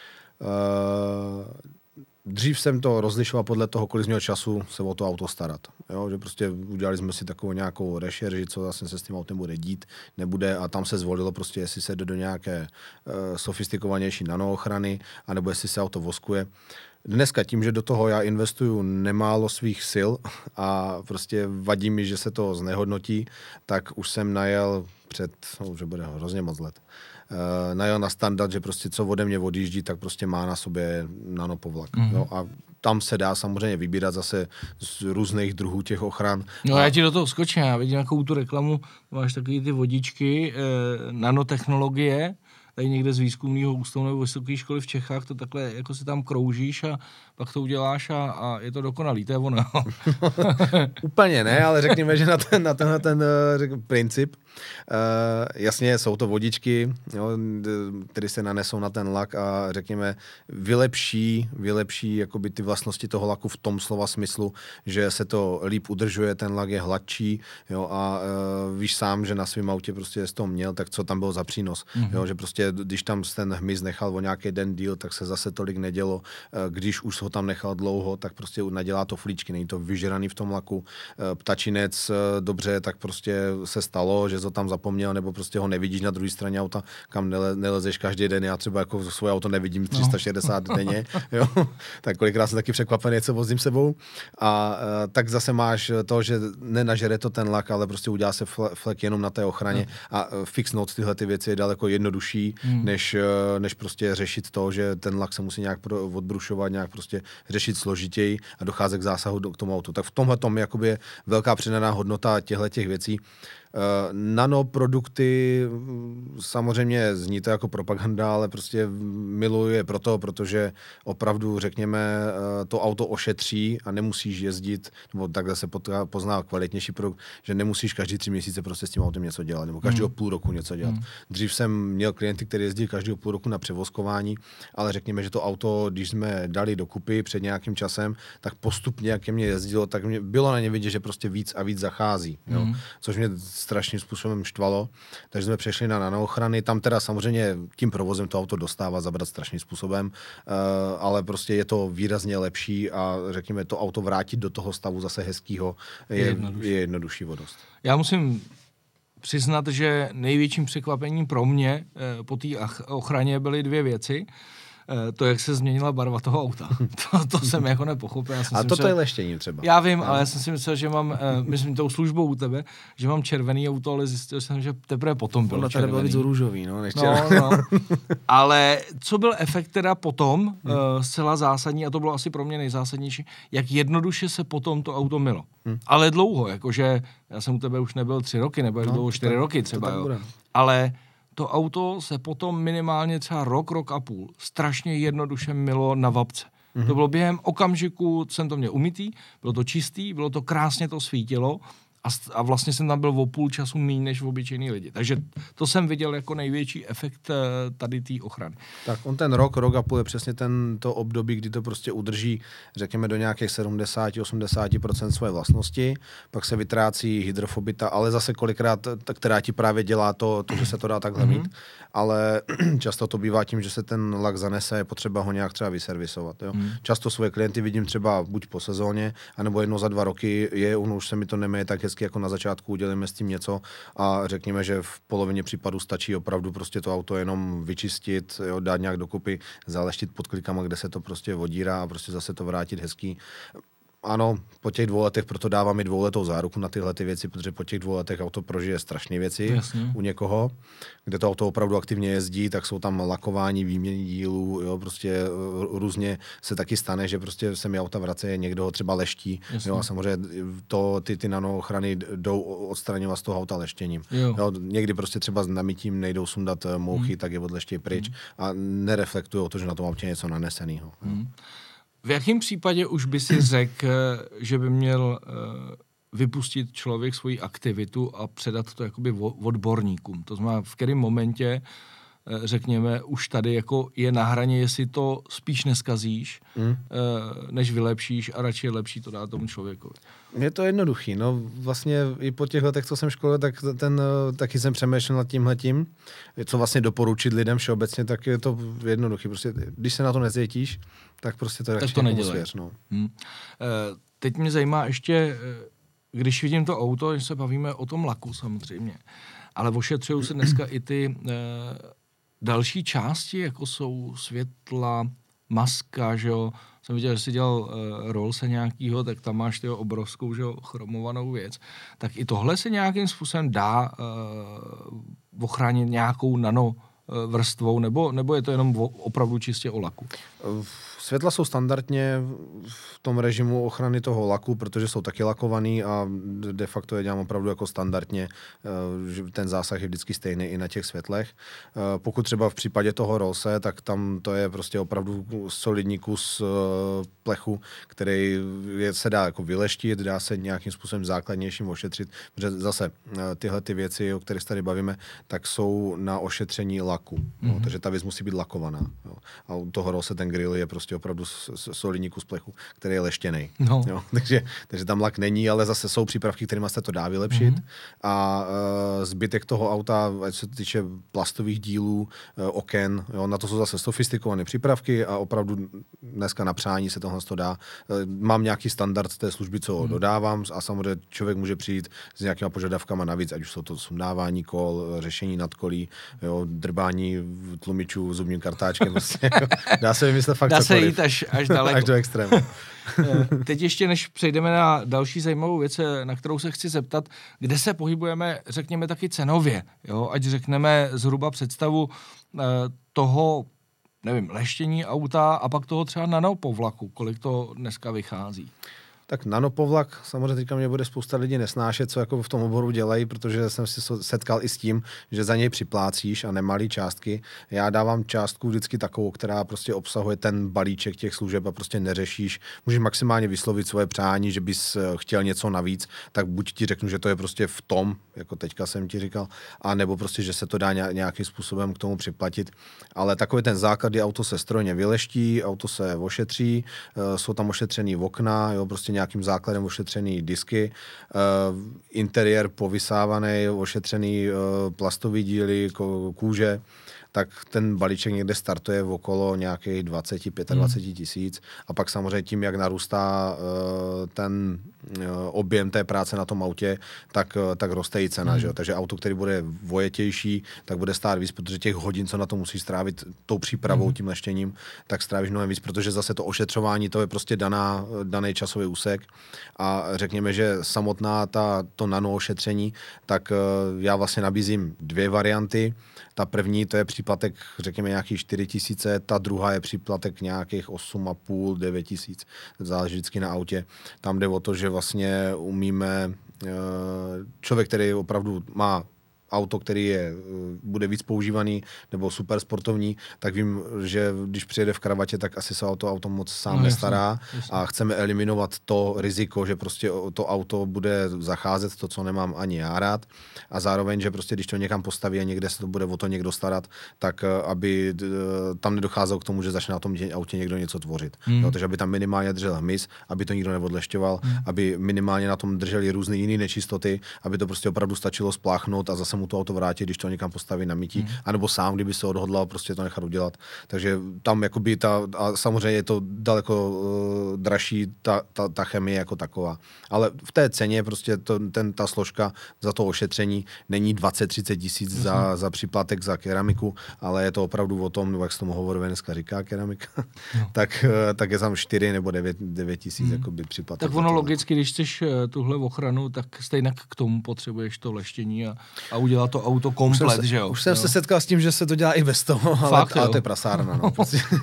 Uh, dřív jsem to rozlišoval podle toho, kolik měl času se o to auto starat. Jo, že prostě udělali jsme si takovou nějakou rešerži, co vlastně se s tím autem bude dít, nebude a tam se zvolilo prostě, jestli se jde do nějaké uh, sofistikovanější nanoochrany, anebo jestli se auto voskuje. Dneska tím, že do toho já investuju nemálo svých sil a prostě vadí mi, že se to znehodnotí, tak už jsem najel před, no, že bude hrozně moc let, uh, najel na standard, že prostě co ode mě odjíždí, tak prostě má na sobě nanopovlak. Mm-hmm. No a tam se dá samozřejmě vybírat zase z různých druhů těch ochran. No a já ti do toho skočím, já vidím nějakou tu reklamu, máš takový ty vodičky, eh, nanotechnologie, tady někde z výzkumného ústavu nebo vysoké školy v Čechách, to takhle jako si tam kroužíš a pak to uděláš a, a je to dokonalý, to je ono. Úplně ne, ale řekněme, že na, ten, na tenhle ten uh, princip, uh, jasně jsou to vodičky, jo, které se nanesou na ten lak a řekněme vylepší, vylepší jakoby ty vlastnosti toho laku v tom slova smyslu, že se to líp udržuje, ten lak je hladčí, jo, a uh, víš sám, že na svém autě prostě jsi to měl, tak co tam bylo za přínos, mm-hmm. jo, že prostě když tam ten hmyz nechal o nějaký den díl, tak se zase tolik nedělo. Když už ho tam nechal dlouho, tak prostě nadělá to flíčky, není to vyžraný v tom laku. Ptačinec, dobře, tak prostě se stalo, že to tam zapomněl, nebo prostě ho nevidíš na druhé straně auta, kam nele, nelezeš každý den. Já třeba jako svoje auto nevidím tři sta šedesát no. denně, jo? Tak kolikrát jsem taky překvapený, co vozím sebou. A tak zase máš to, že nenažere to ten lak, ale prostě udělá se flek jenom na té ochraně no. a fixnout tyhle ty věci je daleko jednodušší, Hmm. Než, než prostě řešit to, že ten lak se musí nějak pro, odbrušovat, nějak prostě řešit složitěji a docházet k zásahu do, k tomu autu. Tak v tomhle tom jakoby je velká přidaná hodnota těchto věcí. Uh, nanoprodukty, samozřejmě zní to jako propaganda, ale prostě miluji je proto, protože opravdu, řekněme, uh, to auto ošetří a nemusíš jezdit, nebo takhle se pozná kvalitnější produkt, že nemusíš každý tři měsíce prostě s tím autem něco dělat, nebo každého hmm. půl roku něco dělat. Hmm. Dřív jsem měl klienty, kteří jezdí každého půl roku na převozkování, ale řekněme, že to auto, když jsme dali dokupy před nějakým časem, tak postupně, jak ke mně jezdilo, tak mě bylo na ně vidět, že prostě víc a víc zachází. Jo? Hmm. Což mě strašným způsobem štvalo, takže jsme přešli na nanoochrany. Tam teda samozřejmě tím provozem to auto dostává zabrat strašným způsobem, uh, ale prostě je to výrazně lepší a řekněme, to auto vrátit do toho stavu zase hezkýho je, je jednodušší, je jednodušší o dost. Já musím přiznat, že největším překvapením pro mě eh, po té ochraně byly dvě věci. To, jak se změnila barva toho auta. To, to jsem jako nepochopil. Já jsem a si toto myslel, je leštění třeba. Já vím, no. ale já jsem si myslel, že mám, uh, myslím tou službou u tebe, že mám červený auto, ale zjistil jsem, že teprve potom bylo červený. Bylo víc růžový, no, než no, no. Ale co byl efekt teda potom, hmm. uh, zcela zásadní, a to bylo asi pro mě nejzásadnější, jak jednoduše se potom to auto mylo. Hmm. Ale dlouho, jakože já jsem u tebe už nebyl tři roky, nebo no, dlouho čtyři roky třeba, jo. Ale to auto se potom minimálně třeba rok, rok a půl strašně jednoduše mylo na vapce. Mm-hmm. To bylo během okamžiku, jsem to měl umytý, bylo to čistý, bylo to krásně, to svítilo a, a vlastně jsem tam byl o půl času méně než v obyčejný lidi. Takže to jsem viděl jako největší efekt tady té ochrany. Tak on ten rok, rok a půl je přesně ten, to období, kdy to prostě udrží, řekněme, do nějakých sedmdesát až osmdesát procent své vlastnosti, pak se vytrácí hydrofobita, ale zase kolikrát, která ti právě dělá to, to že se to dá takhle mít, ale často to bývá tím, že se ten lak zanese, je potřeba ho nějak třeba vyservisovat. Jo? Mm. Často svoje klienty vidím třeba buď po sezóně, anebo jednou za dva roky, je, on už se mi to neměje tak hezky jako na začátku, udělíme s tím něco a řekněme, že v polovině případů stačí opravdu prostě to auto jenom vyčistit, jo, dát nějak dokupy, zaleštit pod klikama, kde se to prostě vodírá a prostě zase to vrátit hezký. Ano, po těch dvou letech proto dávám i dvouletou záruku na tyhle ty věci, protože po těch dvou letech auto prožije strašné věci. Jasně. U někoho, kde to auto opravdu aktivně jezdí, tak jsou tam lakování, výměny dílů, jo, prostě různě se taky stane, že prostě se mi auta vrací, někdo ho třeba leští, jo, a samozřejmě to, ty, ty nanoochrany jdou odstraňovat z toho auta leštěním. Jo. Jo, někdy prostě třeba s namytím nejdou sundat mouchy, hmm. tak je odleštějí pryč hmm. a nereflektují to, že na tom autě je něco nanesenýho. Hmm. V jakém případě už by si řekl, že by měl vypustit člověk svoji aktivitu a předat to jakoby odborníkům? To znamená, v kterém momentě, řekněme, už tady jako je na hraně, jestli to spíš neskazíš, hmm. než vylepšíš a radši je lepší to dát tomu člověkovi. Je to jednoduchý. No vlastně i po těch letech, co jsem školil, tak ten, taky jsem přemýšlel nad tímhletím, co vlastně doporučit lidem všeobecně, tak je to jednoduchý. Prostě, když se na to necítíš, tak prostě to radši nemusíš. No. Hmm. Teď mě zajímá ještě, když vidím to auto, když se bavíme o tom laku samozřejmě, ale ošetřují se dneska i ty další části, jako jsou světla, maska, že jo. Jsem viděl, že jsi dělal uh, Rollse nějakýho, tak tam máš tyho obrovskou, že jo, chromovanou věc. Tak i tohle se nějakým způsobem dá uh, ochránit nějakou nano uh, vrstvou, nebo, nebo je to jenom o, opravdu čistě o laku? Světla jsou standardně v tom režimu ochrany toho laku, protože jsou taky lakovaný a de facto je dělám opravdu jako standardně, že ten zásah je vždycky stejný i na těch světlech. Pokud třeba v případě toho Rollse, tak tam to je prostě opravdu solidní kus plechu, který je, se dá jako vyleštit, dá se nějakým způsobem základnějším ošetřit, protože zase tyhle ty věci, o kterých tady bavíme, tak jsou na ošetření laku. Mm-hmm. No, takže ta věc musí být lakovaná. Jo. A u toho Rollse ten grill je prostě opravdu solidní kus plechu, který je leštěnej. No. Jo, takže, takže tam lak není, ale zase jsou přípravky, kterými se to dá vylepšit. Mm-hmm. A uh, zbytek toho auta, ať se týče plastových dílů, uh, oken, jo, na to jsou zase sofistikované přípravky a opravdu dneska na přání se tohle to dá. Uh, mám nějaký standard té služby, co mm-hmm. dodávám a samozřejmě člověk může přijít s nějakýma požadavkama navíc, ať už jsou to sundávání kol, řešení nadkolí, jo, drbání tlumičů zubním kartáčkem. Vlastně, dá se vymyslet fakt Dá se cokoliv. jít až, až daleko. Až do extrému. Teď ještě, než přejdeme na další zajímavou věc, na kterou se chci zeptat, kde se pohybujeme, řekněme taky cenově, jo? Ať řekneme zhruba představu eh, toho, nevím, leštění auta a pak toho třeba nanopovlaku, kolik to dneska vychází. Tak nanopovlak, samozřejmě teďka mě bude spousta lidí nesnášet, co jako v tom oboru dělají, protože jsem si setkal i s tím, že za něj připlácíš a nemalý částky. Já dávám částku vždycky takovou, která prostě obsahuje ten balíček těch služeb a prostě neřešíš. Můžeš maximálně vyslovit svoje přání, že bys chtěl něco navíc, tak buď ti řeknu, že to je prostě v tom, jako teďka jsem ti říkal, a nebo prostě, že se to dá nějakým způsobem k tomu připlatit. Ale takový ten základ je, auto se strojně vyleští, auto se ošetří, jsou tam ošetřený okna, jo, prostě nějakým základem ošetřený disky, uh, interiér povysávaný, ošetřený uh, plastový díly, kůže, tak ten balíček někde startuje v okolo nějakých dvacet až dvacet pět tisíc. A pak samozřejmě tím, jak narůstá uh, ten uh, objem té práce na tom autě, tak, uh, tak roste i cena. Mm. Že? Takže auto, který bude vojetější, tak bude stát víc, protože těch hodin, co na to musí strávit tou přípravou, mm. tím leštěním, tak strávíš mnohem víc, protože zase to ošetřování, to je prostě daná, daný časový úsek. A řekněme, že samotná ta, to nanoošetření, tak uh, já vlastně nabízím dvě varianty. Ta první, to je příplatek, řekněme, nějakých čtyři tisíce, ta druhá je příplatek nějakých osm a půl, devět tisíc, záleží vždycky na autě. Tam jde o to, že vlastně umíme, člověk, který opravdu má auto, který je, bude víc používaný nebo super sportovní, tak vím, že když přijede v kravatě, tak asi se o to auto moc sám no, nestará jasně, jasně. a chceme eliminovat to riziko, že prostě to auto bude zacházet to, co nemám ani já rád a zároveň, že prostě když to někam postaví a někde se to bude o to někdo starat, tak aby tam nedocházelo k tomu, že začne na tom autě někdo něco tvořit. Hmm. No, takže aby tam minimálně držel hmyz, aby to nikdo neodlešťoval, hmm. aby minimálně na tom drželi různé jiné nečistoty, aby to prostě opravdu stačilo spláchnout a zase mu to auto vrátit, když to někam postaví na mytí, hmm. anebo sám, kdyby se odhodlal prostě to nechat udělat. Takže tam jakoby ta, a samozřejmě je to daleko uh, dražší ta, ta, ta chemie jako taková. Ale v té ceně prostě to, ten, ta složka za to ošetření není dvacet třicet tisíc hmm. za, za příplatek za keramiku, ale je to opravdu o tom, jak se tomu hovorově dneska říká keramika, no. tak, tak je tam čtyři nebo devět tisíc hmm. jakoby příplatek. Tak ono logicky, když chceš tuhle ochranu, tak stejně k tomu potřebuješ to leštění a, a udělat to auto komplet, se, že jo? Už jsem jo. se setkal s tím, že se to dělá i bez toho, ale, Fakt, ale to je prasárna. No.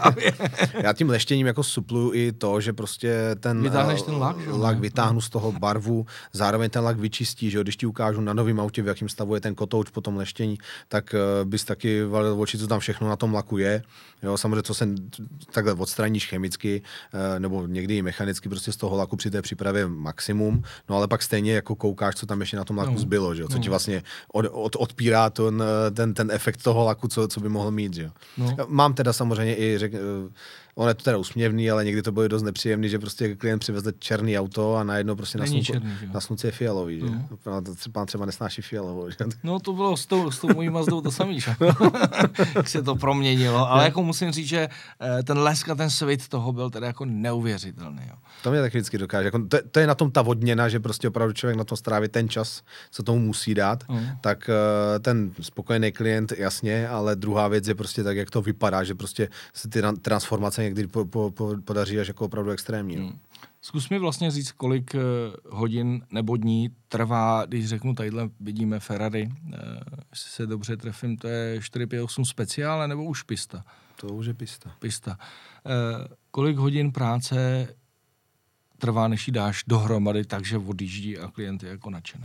Já tím leštěním jako supluju i to, že prostě ten, vytáhneš ten lak, že? lak vytáhnu z toho barvu, zároveň ten lak vyčistí, že jo? Když ti ukážu na novém autě, v jakém stavu je ten kotouč po tom leštění, tak uh, bys taky valil oči, co tam všechno na tom laku je. Jo? Samozřejmě, co se takhle odstraníš chemicky, uh, nebo někdy i mechanicky prostě z toho laku při té přípravě maximum, no ale pak stejně jako koukáš, co tam ještě na tom laku no. zbylo, že jo? Co no. ti vlastně od, od, odpírá ten, ten, ten efekt toho laku, co, co by mohl mít, že jo. No. Mám teda samozřejmě i, řek, on je to teda usměvný, ale někdy to bylo dost nepříjemný, že prostě klient přivezl černý auto a najednou prostě na slunci, na slunci je fialový, že? No. Pán třeba nesnáší fialovou, že? No to bylo s tou, s tou mojí Mazdou to samý, že? se to proměnilo, ale jako musím říct, že ten lesk a ten svit toho byl teda jako neuvěřitelný, jo. To mě tak vždycky dokáže. Jako, to, to je na tom ta vodněna, že prostě opravdu člověk na tom stráví ten čas, co tomu musí dát, mm. tak ten spokojený klient, jasně, ale druhá věc je prostě tak, jak to vypadá, že prostě se ty transformace někdy po, po, po, podaří až jako opravdu extrémní. Mm. Zkus mi vlastně říct, kolik hodin nebo dní trvá, když řeknu, tadyhle vidíme Ferrari, jestli se dobře trefím, to je čtyři pět osm speciál, nebo už pista? To už je pista. Pista. Kolik hodin práce trvá, než ji dáš dohromady, takže odjíždí a klient je jako nadšený?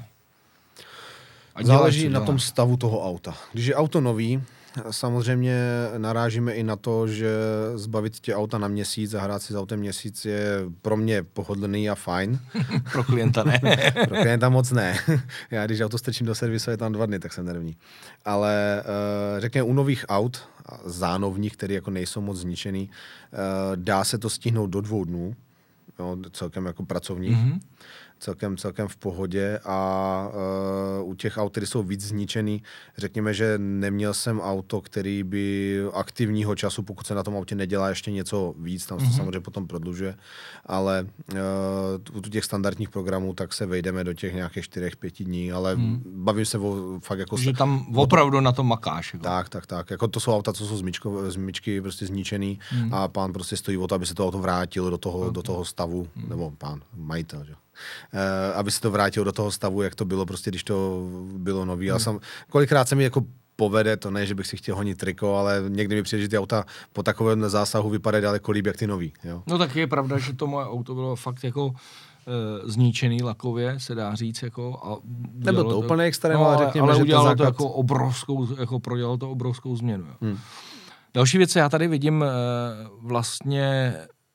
Záleží na tom stavu toho auta. Když je auto nový, samozřejmě narážíme i na to, že zbavit tě auta na měsíc a hrát si s autem měsíc je pro mě pohodlný a fajn. Pro klienta ne. Pro klienta moc ne. Já když auto strčím do servisu, je tam dva dny, tak jsem nervní. Ale uh, řekněme u nových aut, zánovních, které jako nejsou moc zničený, uh, dá se to stihnout do dvou dnů, jo, celkem jako pracovních. Mm-hmm. Celkem, celkem v pohodě a uh, u těch aut, které jsou víc zničený, řekněme, že neměl jsem auto, který by aktivního času, pokud se na tom autě nedělá ještě něco víc, tam se mm-hmm. samozřejmě potom prodlužuje, ale uh, u těch standardních programů tak se vejdeme do těch nějakých čtyřech, pěti dní, ale mm. bavím se o fakt jako... Že tam opravdu na tom makáš. Jako. Tak, tak, tak. Jako to jsou auta, co jsou z myčky prostě zničený mm. a pán prostě stojí o to, aby se to auto vrátilo do toho, okay. do toho stavu, mm. nebo pán, majitel, že? Uh, aby se to vrátilo do toho stavu, jak to bylo prostě, když to bylo nový. Hmm. Já jsem, kolikrát se mi jako povede, to ne, že bych si chtěl honit triko, ale někdy mi přijde, že ty auta po takovém zásahu vypadají daleko líp, jak ty nový. Jo? No tak je pravda, že to moje auto bylo fakt jako e, zničený lakově, se dá říct, jako a nebyl to, to úplně extrém, no, ale řekněme, ale že udělalo základ... to jako obrovskou, jako prodělalo to obrovskou změnu. Jo. Hmm. Další věc, já tady vidím e, vlastně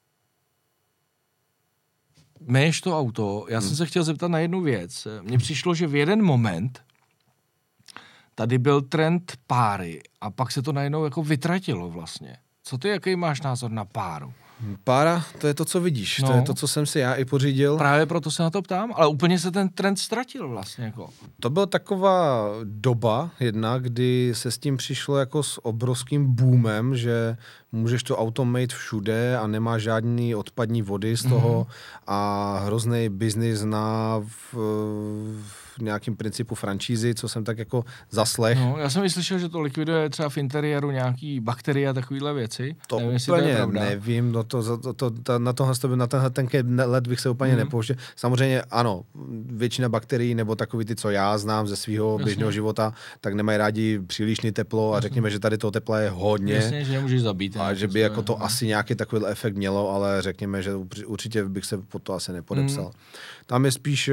Měješ to auto, já hmm. jsem se chtěl zeptat na jednu věc. Mně přišlo, že v jeden moment tady byl trend páry a pak se to najednou jako vytratilo vlastně. Co ty, jaký máš názor na páru? Pára, to je to, co vidíš. No. To je to, co jsem si já i pořídil. Právě proto se na to ptám, ale úplně se ten trend ztratil vlastně. Jako. To byla taková doba jedna, kdy se s tím přišlo jako s obrovským boomem, že můžeš to auto mít všude a nemá žádný odpadní vody z toho mm-hmm. a hrozný biznis na v, v nějakým principu franšízy, co jsem tak jako zaslech. No, já jsem slyšel, že to likviduje třeba v interiéru nějaký bakterie a takovýhle věci. To nevím, úplně to nevím, no to, to, to, to, na, tohle, na tenhle tenký let bych se úplně mm-hmm. nepouštěl. Samozřejmě ano, většina bakterií nebo takový ty, co já znám ze svého běžného života, tak nemají rádi přílišný teplo a řekněme, že tady toho tepla je hodně. Jasně, že nemůžeš zabít. A že by jako to asi nějaký takový efekt mělo, ale řekněme, že určitě bych se po to asi nepodepsal. Mm. Tam je spíš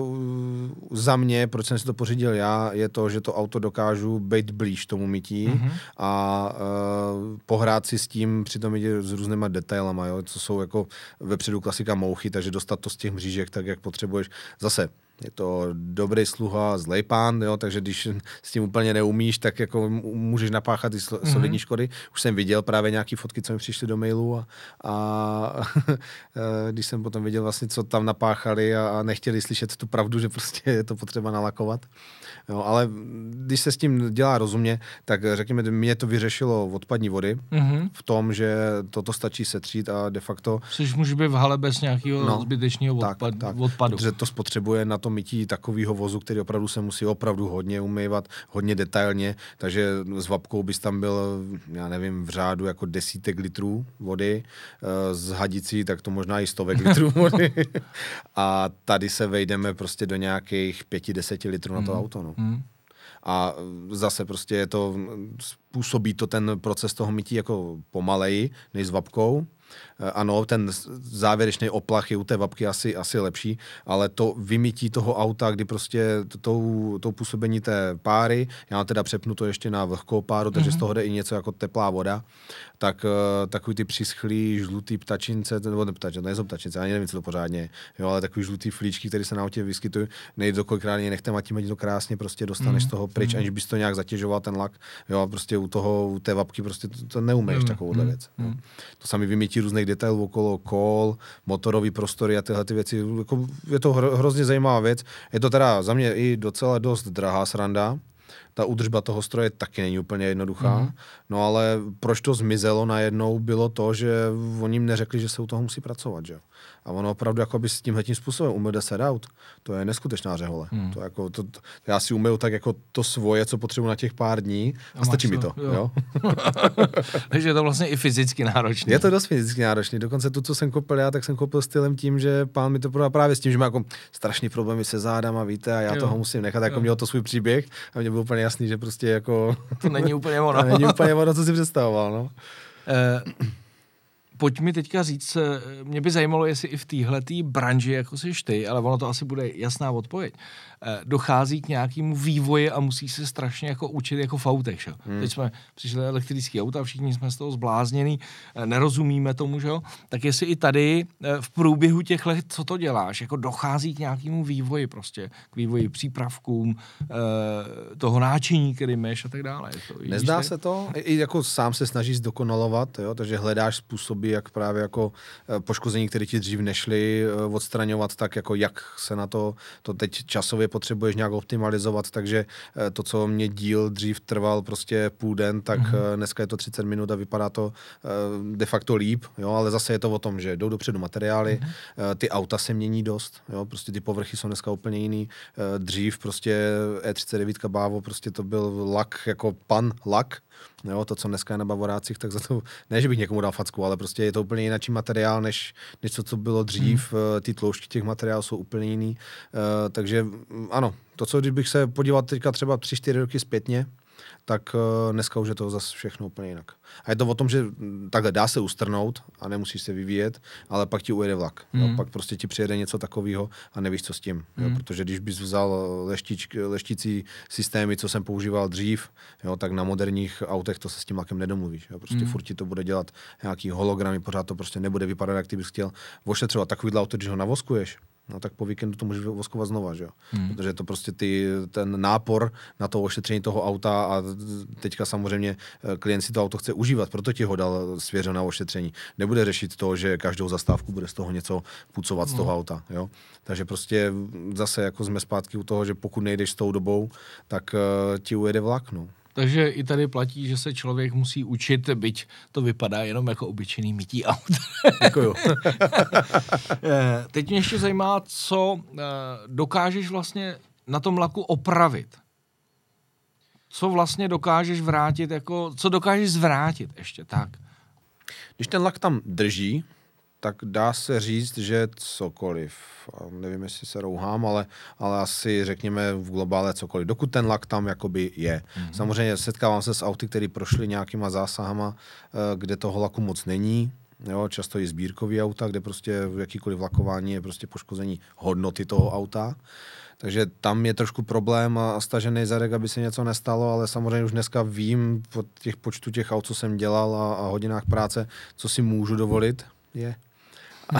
uh, za mě, proč jsem si to pořídil já, je to, že to auto dokážu být blíž tomu mytí mm-hmm. a uh, pohrát si s tím, přitom jde s různýma detailama, jo, co jsou jako vepředu klasika mouchy, takže dostat to z těch mřížek tak, jak potřebuješ. Zase je to dobrý sluha, zlej pán, jo, takže když s tím úplně neumíš, tak jako můžeš napáchat i solidní škody. Už jsem viděl právě nějaký fotky, co mi přišly do mailu a, a když jsem potom viděl vlastně, co tam napáchali a, a nechtěli slyšet tu pravdu, že prostě je to potřeba nalakovat. Jo, ale když se s tím dělá rozumně, tak řekněme, mě to vyřešilo odpadní vody mm-hmm. v tom, že toto stačí setřít a de facto... Což může být v hale bez nějakého no, zbytečného odpad, tak, odpadu. Protože to spotřebuje na to mytí takového vozu, který opravdu se musí opravdu hodně umývat, hodně detailně, takže s vapkou bys tam byl, já nevím, v řádu jako desítek litrů vody, s hadicí tak to možná i stovek litrů vody. A tady se vejdeme prostě do nějakých pěti, deseti litrů na to mm. auto, no. Mm. A zase prostě je to, způsobí to ten proces toho mytí jako pomaleji, než s vapkou. Ano, ten závěrečný oplach je u té vapky asi, asi lepší, ale to vymytí toho auta, kdy prostě tou, tou působení té páry, já mám teda přepnuto ještě na vlhkou páru, takže mm-hmm. z toho jde i něco jako teplá voda, tak takový ty přischlý žlutý ptačince, nebo ne ptačince, nejsou ptačince, ani nevím, co to pořádně je, jo, ale takový žlutý flíčky, které se na autě vyskytují, nejde kolikrát je nechtem a tím to krásně prostě dostaneš mm-hmm. z toho pryč, aniž bys to nějak zatěžoval ten lak, jo, prostě u toho, u té vapky prostě to, to neumíš mm-hmm. takovouhle věc. Mm-hmm. To sami vymytí různých detailů okolo kol, motorový prostory a tyhle ty věci. Jako je to hro, hrozně zajímavá věc. Je to teda za mě i docela dost drahá sranda. Ta údržba toho stroje taky není úplně jednoduchá. Mm-hmm. No ale proč to zmizelo najednou, bylo to, že oni jim neřekli, že se u toho musí pracovat, že? A ono opravdu jako by s tímhletím způsobem umyl deset aut. To je neskutečná řehole. Mm. To jako, to, to, já si umyju tak jako to svoje, co potřebuji na těch pár dní a, a stačí to, mi to. Jo. Jo? Takže je to vlastně i fyzicky náročné. Je to dost fyzicky náročné. Dokonce to, co jsem koupil já, tak jsem koupil stylem tím, že pán mi to prodal právě s tím, že má jako strašný problémy se zádama, víte, a já jo. toho musím nechat, jako jo. měl to svůj příběh a mě bylo úplně jasný, že prostě jako... To není úplně ono. To není úplně ono, co si představoval, no. Uh, Pojď mi teďka říct, mě by zajímalo, jestli i v téhletý branži, jako jsi ty, ale ono to asi bude jasná odpověď, dochází k nějakému vývoji a musí se strašně jako učit jako v autech, že? Hmm. Teď jsme přišli elektrický auta, všichni jsme z toho zblázněný, nerozumíme tomu, že jo? Tak jestli i tady v průběhu těch let, co to děláš, jako dochází k nějakému vývoji prostě, k vývoji přípravkům, toho náčiní, který máš a tak dále. To, Nezdá tady? Se to? I jako sám se snažíš zdokonalovat, jo? Takže hledáš způsoby, jak právě jako poškození, které ti dřív nešly, odstraňovat, tak jako jak se na to, to teď časově potřebuješ nějak optimalizovat, takže to, co mě díl dřív trval prostě půl den, tak mm-hmm. dneska je to třicet minut a vypadá to de facto líp, jo, ale zase je to o tom, že jdou dopředu materiály, mm-hmm. ty auta se mění dost, jo, prostě ty povrchy jsou dneska úplně jiný, dřív prostě E třicet devět Bavo, prostě to byl lak jako pan lak, jo, to, co dneska je na Bavorácích, tak za to, ne, že bych někomu dal facku, ale prostě je to úplně jiný materiál, než, než to, co bylo dřív. Hmm. Ty tloušťky těch materiálů jsou úplně jiný. Uh, takže ano, to, co kdybych se podíval teďka třeba tři čtyři roky zpětně, tak uh, dneska už je to zase všechno úplně jinak. A je to o tom, že takhle dá se ustrnout a nemusíš se vyvíjet, ale pak ti ujede vlak. Mm. Jo, pak prostě ti přijede něco takového a nevíš, co s tím. Mm. Jo, protože když bys vzal leštič, leštící systémy, co jsem používal dřív, jo, tak na moderních autech to se s tím vlakem nedomluvíš. Jo. Prostě mm. furt ti to bude dělat nějaký hologramy, pořád to prostě nebude vypadat, jak ty bys chtěl. Ošetřovat takovýhle auto, když ho navoskuješ, no tak po víkendu to můžeš voskovat znova, že jo? Hmm. Protože to prostě ty, ten nápor na to ošetření toho auta a teďka samozřejmě klient si to auto chce užívat, proto ti ho dal svěřené na ošetření. Nebude řešit to, že každou zastávku bude z toho něco pucovat z toho hmm. auta, jo? Takže prostě zase jako jsme zpátky u toho, že pokud nejdeš s tou dobou, tak uh, ti ujede vlak, no. Takže i tady platí, že se člověk musí učit, byť to vypadá jenom jako obyčejný mytí aut. Děkuju. Teď mě ještě zajímá, co dokážeš vlastně na tom laku opravit. Co vlastně dokážeš vrátit, jako, co dokážeš zvrátit ještě, tak. Když ten lak tam drží, tak dá se říct, že cokoliv. Nevím, jestli se rouhám, ale, ale asi řekněme v globále cokoliv. Dokud ten lak tam jakoby je. Mm-hmm. Samozřejmě setkávám se s auty, které prošly nějakýma zásahama, kde toho laku moc není. Jo, často i sbírkový auta, kde prostě jakýkoliv lakování je prostě poškození hodnoty toho auta. Takže tam je trošku problém a stažený zadek, aby se něco nestalo, ale samozřejmě už dneska vím po těch počtu těch aut, co jsem dělal a, a hodinách práce, co si můžu dovolit. Je. A,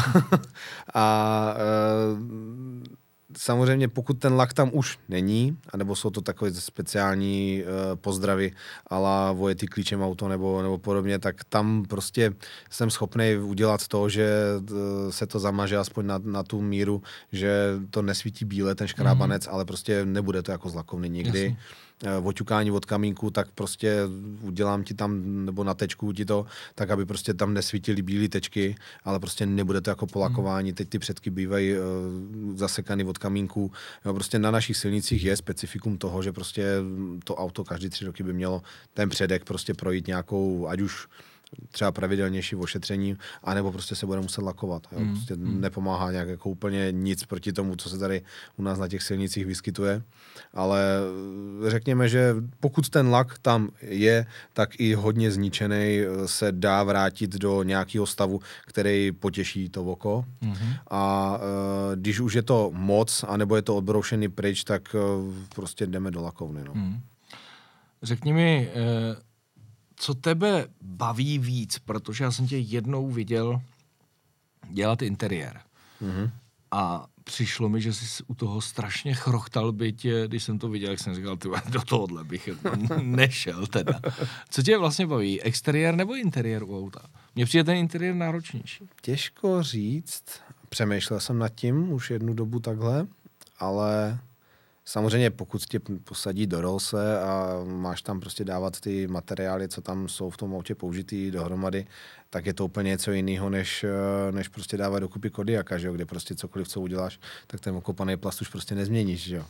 a e, samozřejmě pokud ten lak tam už není, anebo jsou to takové speciální e, pozdravy ala vojetý klíčem auto nebo, nebo podobně, tak tam prostě jsem schopný udělat to, že e, se to zamaže aspoň na, na tu míru, že to nesvítí bíle ten škrábanec, mm-hmm. ale prostě nebude to jako zlakovný nikdy. Jasně. Oťukání od kamínku, tak prostě udělám ti tam, nebo na tečku ti to, tak aby prostě tam nesvítily bílé tečky, ale prostě nebude to jako polakování. Teď ty předky bývají uh, zasekaný od kamínku. Jo, prostě na našich silnicích je specifikum toho, že prostě to auto každý tři roky by mělo ten předek prostě projít nějakou, ať už třeba pravidelnější ošetření, anebo prostě se bude muset lakovat. Jo? Prostě mm. nepomáhá nějak jako úplně nic proti tomu, co se tady u nás na těch silnicích vyskytuje. Ale řekněme, že pokud ten lak tam je, tak i hodně zničený se dá vrátit do nějakého stavu, který potěší to oko. Mm. A e, když už je to moc, anebo je to odbroušený pryč, tak e, prostě jdeme do lakovny. No. Mm. Řekni mi, e- co tebe baví víc, protože já jsem tě jednou viděl dělat interiér. Mm-hmm. A přišlo mi, že jsi u toho strašně chrochtal, byť, když jsem to viděl, jak jsem říkal, ty do tohohle bych nešel teda. Co tě vlastně baví, exteriér nebo interiér u auta? Mně přijde ten interiér náročnější. Těžko říct. Přemýšlel jsem nad tím už jednu dobu takhle, ale... Samozřejmě pokud tě posadí do rolse a máš tam prostě dávat ty materiály, co tam jsou v tom autě použitý dohromady, tak je to úplně něco jiného, než, než prostě dávat dokupy Kodiaka, že jo, kde prostě cokoliv, co uděláš, tak ten okopaný plast už prostě nezměníš, že jo.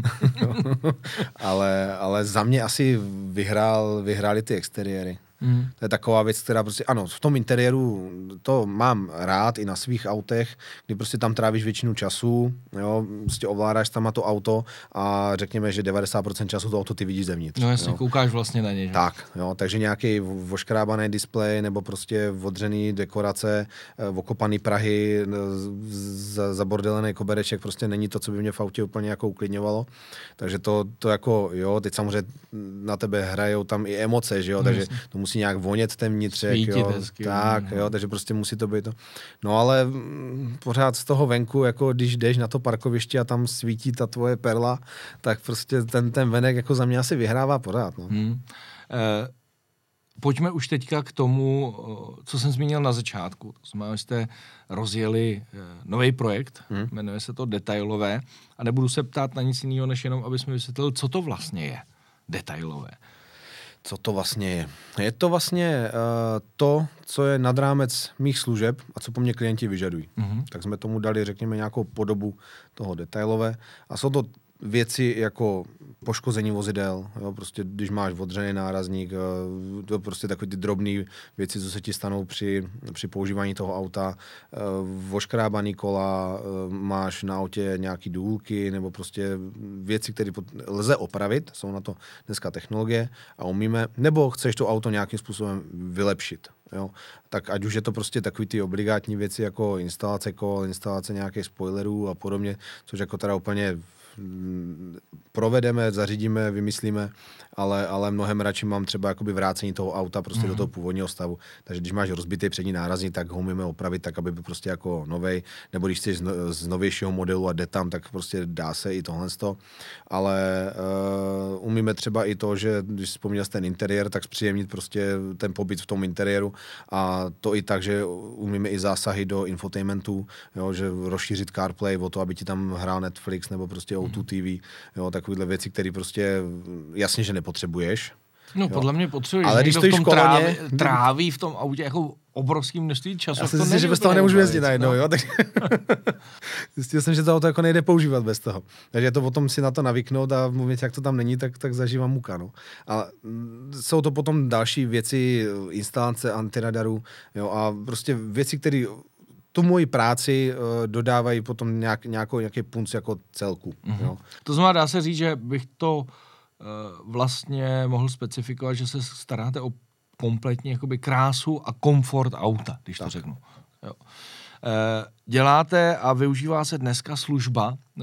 ale, ale za mě asi vyhrál, vyhrály ty exteriéry. Mm. To je taková věc, která prostě, ano, v tom interiéru to mám rád i na svých autech, kdy prostě tam trávíš většinu času, jo, prostě ovládáš tam to auto a řekněme, že devadesát procent času to auto ty vidíš zevnitř. No jasně, jo. Koukáš vlastně na něj. Tak, jo, takže nějaký voškrábaný displej nebo prostě odřený dekorace, okopaný prahy, zabordelený kobereček, prostě není to, co by mě v autě úplně jako uklidňovalo. Takže to, to jako, jo, teď samozřejmě na tebe hrajou tam i emoce, že jo, no, takže jasně. To musí nějak vonět ten vnitřek, jo, hezky, tak, no. Jo, takže prostě musí to být to. No ale pořád z toho venku, jako když jdeš na to parkoviště a tam svítí ta tvoje perla, tak prostě ten, ten venek jako za mě asi vyhrává pořád, no. Hmm. Eh, pojďme už teďka k tomu, co jsem zmínil na začátku. To znamená, že jste rozjeli eh, nový projekt, hmm. jmenuje se to Detailové a nebudu se ptát na nic jiného, než jenom, abys mi vysvětlil, co to vlastně je Detailové. Co to vlastně je? Je to vlastně uh, to, co je nad rámec mých služeb a co po mně klienti vyžadují. Mm-hmm. Tak jsme tomu dali, řekněme, nějakou podobu toho Detailové. A jsou to věci jako poškození vozidel, jo, prostě když máš odřený nárazník, to prostě takové ty drobné věci, co se ti stanou při, při používání toho auta, voškrábaný kola, máš na autě nějaký důlky, nebo prostě věci, které lze opravit, jsou na to dneska technologie a umíme, nebo chceš to auto nějakým způsobem vylepšit. Jo, tak ať už je to prostě takový ty obligátní věci jako instalace kol, instalace nějakých spoilerů a podobně, což jako teda úplně provedeme, zařídíme, vymyslíme, ale, ale mnohem radši mám třeba jakoby vrácení toho auta prostě mm. do toho původního stavu. Takže když máš rozbitý přední nárazník, tak ho umíme opravit tak, aby byl prostě jako novej, nebo když chceš z, no, z novějšího modelu a jde tam, tak prostě dá se i tohle. Ale uh, umíme třeba i to, že když vzpomněl ten interiér, tak zpříjemnit prostě ten pobyt v tom interiéru a to i tak, že umíme i zásahy do infotainmentu, jo, že rozšířit CarPlay o to, aby ti tam hrál Netflix nebo prostě O dva T V, jo, takovýhle věci, které prostě jasně, že nepotřebuješ. No, jo. Podle mě potřebuješ. Ale když to v tom tráví, tráví v tom autě jako obrovským množství času. Já si myslím, že bez toho nemůžu jezdit najednou, no. Jo? Tak... Zjistil jsem, že to auto jako nejde používat bez toho. Takže to potom si na to navyknout a mluvit, jak to tam není, tak, tak zažívám muka. No. Ale jsou to potom další věci, instalace antiradarů, jo, a prostě věci, které tu moji práci uh, dodávají potom nějak, nějakou, nějaký punc jako celku. Mm-hmm. Jo. To znamená, dá se říct, že bych to uh, vlastně mohl specifikovat, že se staráte o kompletní jakoby krásu a komfort auta, když tak to řeknu. Jo. Uh, děláte a využívá se dneska služba, uh,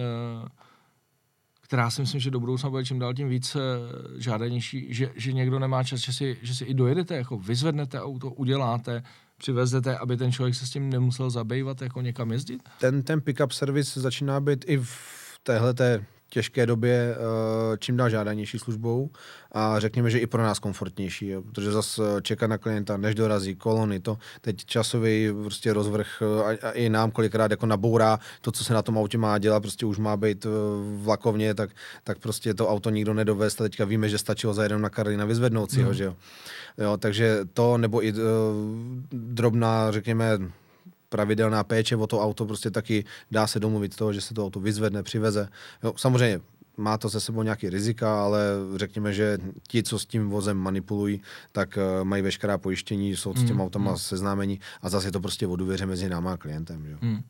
která si myslím, že do budoucna bude čím dál tím víc žádanější, že, že někdo nemá čas, že si, že si i dojedete, jako vyzvednete auto, uděláte, přivezete, aby ten člověk se s tím nemusel zabývat, jako někam jezdit? Ten, ten pick-up servis začíná být i v téhleté těžké době čím dál žádanější službou a řekněme, že i pro nás komfortnější, jo, protože zase čekat na klienta, než dorazí kolony, to teď časový prostě rozvrh a, a i nám kolikrát jako nabourá to, co se na tom autě má dělat, prostě už má být vlakovně, tak, tak prostě to auto nikdo nedovést a teďka víme, že stačilo zajedem na Karlína vyzvednout si ho, no. Že jo. Jo, takže to nebo i uh, drobná, řekněme, pravidelná péče o to auto, prostě taky dá se domluvit toho, že se to auto vyzvedne, přiveze. Jo, samozřejmě má to se sebou nějaký rizika, ale řekněme, že ti, co s tím vozem manipulují, tak uh, mají veškerá pojištění, jsou s těm mm, autama mm. seznámení a zase je to prostě o důvěře mezi náma a klientem. Jo. Mm. Uh,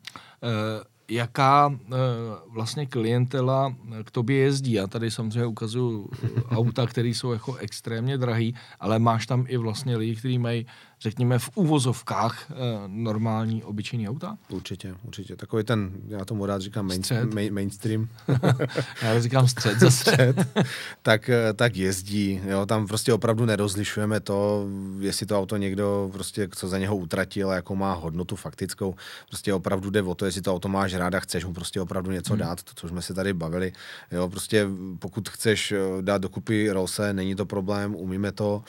jaká uh, vlastně klientela k tobě jezdí? Já tady samozřejmě ukazuju auta, které jsou jako extrémně drahý, ale máš tam i vlastně lidi, kteří mají, řekněme, v úvozovkách uh, normální, obyčejný auta? Určitě, určitě. Takový ten, já tomu rád říkám main, main, mainstream. Já říkám střed zase. Střed. tak, tak jezdí. Jo. Tam prostě opravdu nerozlišujeme to, jestli to auto někdo prostě, co za něho utratil, jakou má hodnotu faktickou. Prostě opravdu jde o to, jestli to auto máš ráda, chceš mu prostě opravdu něco hmm. dát, to, co jsme se tady bavili. Jo, prostě pokud chceš dát dokupy Rollse, není to problém, umíme to,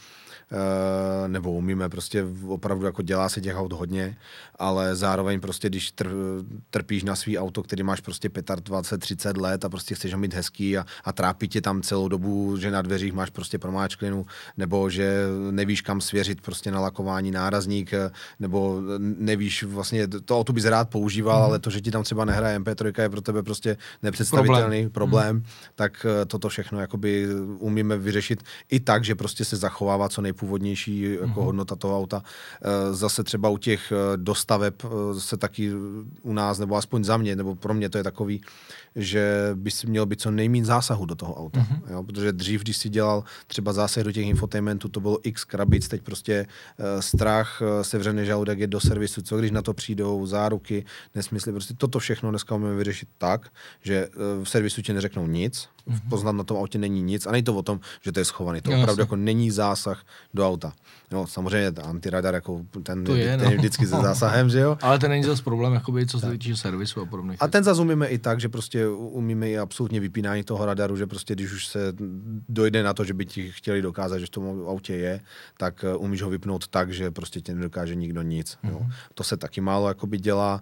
Uh, nebo umíme, prostě opravdu jako dělá se těch aut hodně, ale zároveň prostě, když tr, trpíš na svý auto, který máš prostě dvacet pět třicet let a prostě chceš ho mít hezký a, a trápí tě tam celou dobu, že na dveřích máš prostě promáčklinu, nebo že nevíš kam svěřit prostě na lakování nárazník, nebo nevíš vlastně, to auto bys rád používal, mm. ale to, že ti tam třeba nehraje em pé tři, je pro tebe prostě nepředstavitelný problém, problém mm. tak toto všechno jakoby umíme vyřešit i tak, že prostě se zachovává co nejpůvodnější původnější jako mm-hmm. hodnota toho auta. Zase třeba u těch dostaveb se taky u nás, nebo aspoň za mě, nebo pro mě to je takový, že by si měl být co nejméně zásahu do toho auta. Mm-hmm. Jo? Protože dřív, když si dělal třeba zásah do těch infotainmentů, to bylo x krabic, teď prostě uh, strach, uh, sevřený žaludek je do servisu, co když na to přijdou, záruky, nesmysly, prostě toto všechno dneska můžeme vyřešit tak, že uh, v servisu ti neřeknou nic, mm-hmm. poznat na tom autě není nic a není to o tom, že to je schovaný. To opravdu jako není zásah do auta. No, samozřejmě antiradar, jako ten, to je, ten no. vždycky se zásahem, že jo? Ale ten není zase problém, jakoby, co se týče servisu a podobných. A ten zase umíme i tak, že prostě umíme i absolutně vypínání toho radaru, že prostě když už se dojde na to, že by ti chtěli dokázat, že v tom autě je, tak umíš ho vypnout tak, že prostě tě nedokáže nikdo nic. Mm-hmm. Jo. To se taky málo jakoby dělá.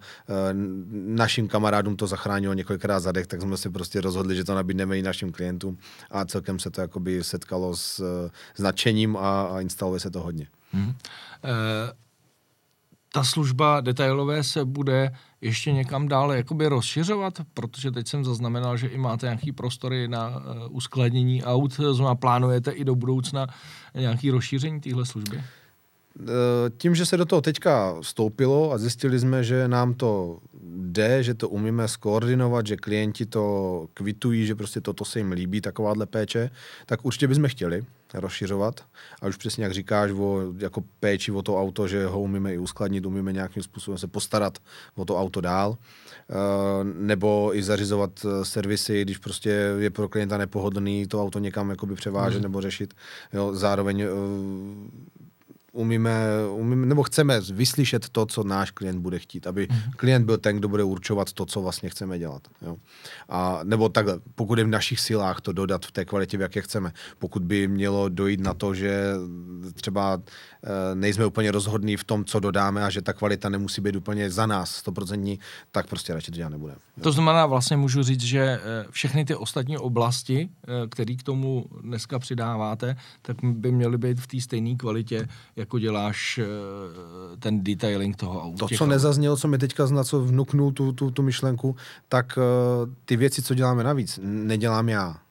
Našim kamarádům to zachránilo několikrát zadech, tak jsme si prostě rozhodli, že to nabídneme i našim klientům a celkem se to jakoby setkalo s, s nadšením a, a instaluje se to hodně. Mm-hmm. E- Ta služba detailové se bude ještě někam dále jakoby rozšiřovat, protože teď jsem zaznamenal, že i máte nějaký prostory na uh, uskladnění aut, znamená plánujete i do budoucna nějaký rozšíření téhle služby? Tím, že se do toho teďka vstoupilo a zjistili jsme, že nám to jde, že to umíme skoordinovat, že klienti to kvitují, že prostě toto se jim líbí, takováhle péče, tak určitě bychom chtěli rozšiřovat. A už přesně jak říkáš, o, jako péči o to auto, že ho umíme i uskladnit, umíme nějakým způsobem se postarat o to auto dál. E, nebo i zařizovat servisy, když prostě je pro klienta nepohodlný to auto někam jakoby převážet mm. nebo řešit. Jo, zároveň e, umíme, umíme, nebo chceme vyslyšet to, co náš klient bude chtít, aby mm-hmm. klient byl ten, kdo bude určovat to, co vlastně chceme dělat. Jo. A, nebo takhle, pokud je v našich silách to dodat v té kvalitě, v jaké chceme. Pokud by mělo dojít na to, že třeba e, nejsme úplně rozhodní v tom, co dodáme a že ta kvalita nemusí být úplně za nás stoprocentní, tak prostě radši to dělat nebudeme. To znamená, vlastně můžu říct, že všechny ty ostatní oblasti, které k tomu dneska přidáváte, tak by měly být v té stejné kvalitě, jako děláš ten detailing toho auta. To, co nezaznělo, co mi teďka zna, co vnuknul tu, tu, tu myšlenku, tak uh, ty věci, co děláme navíc, nedělám já.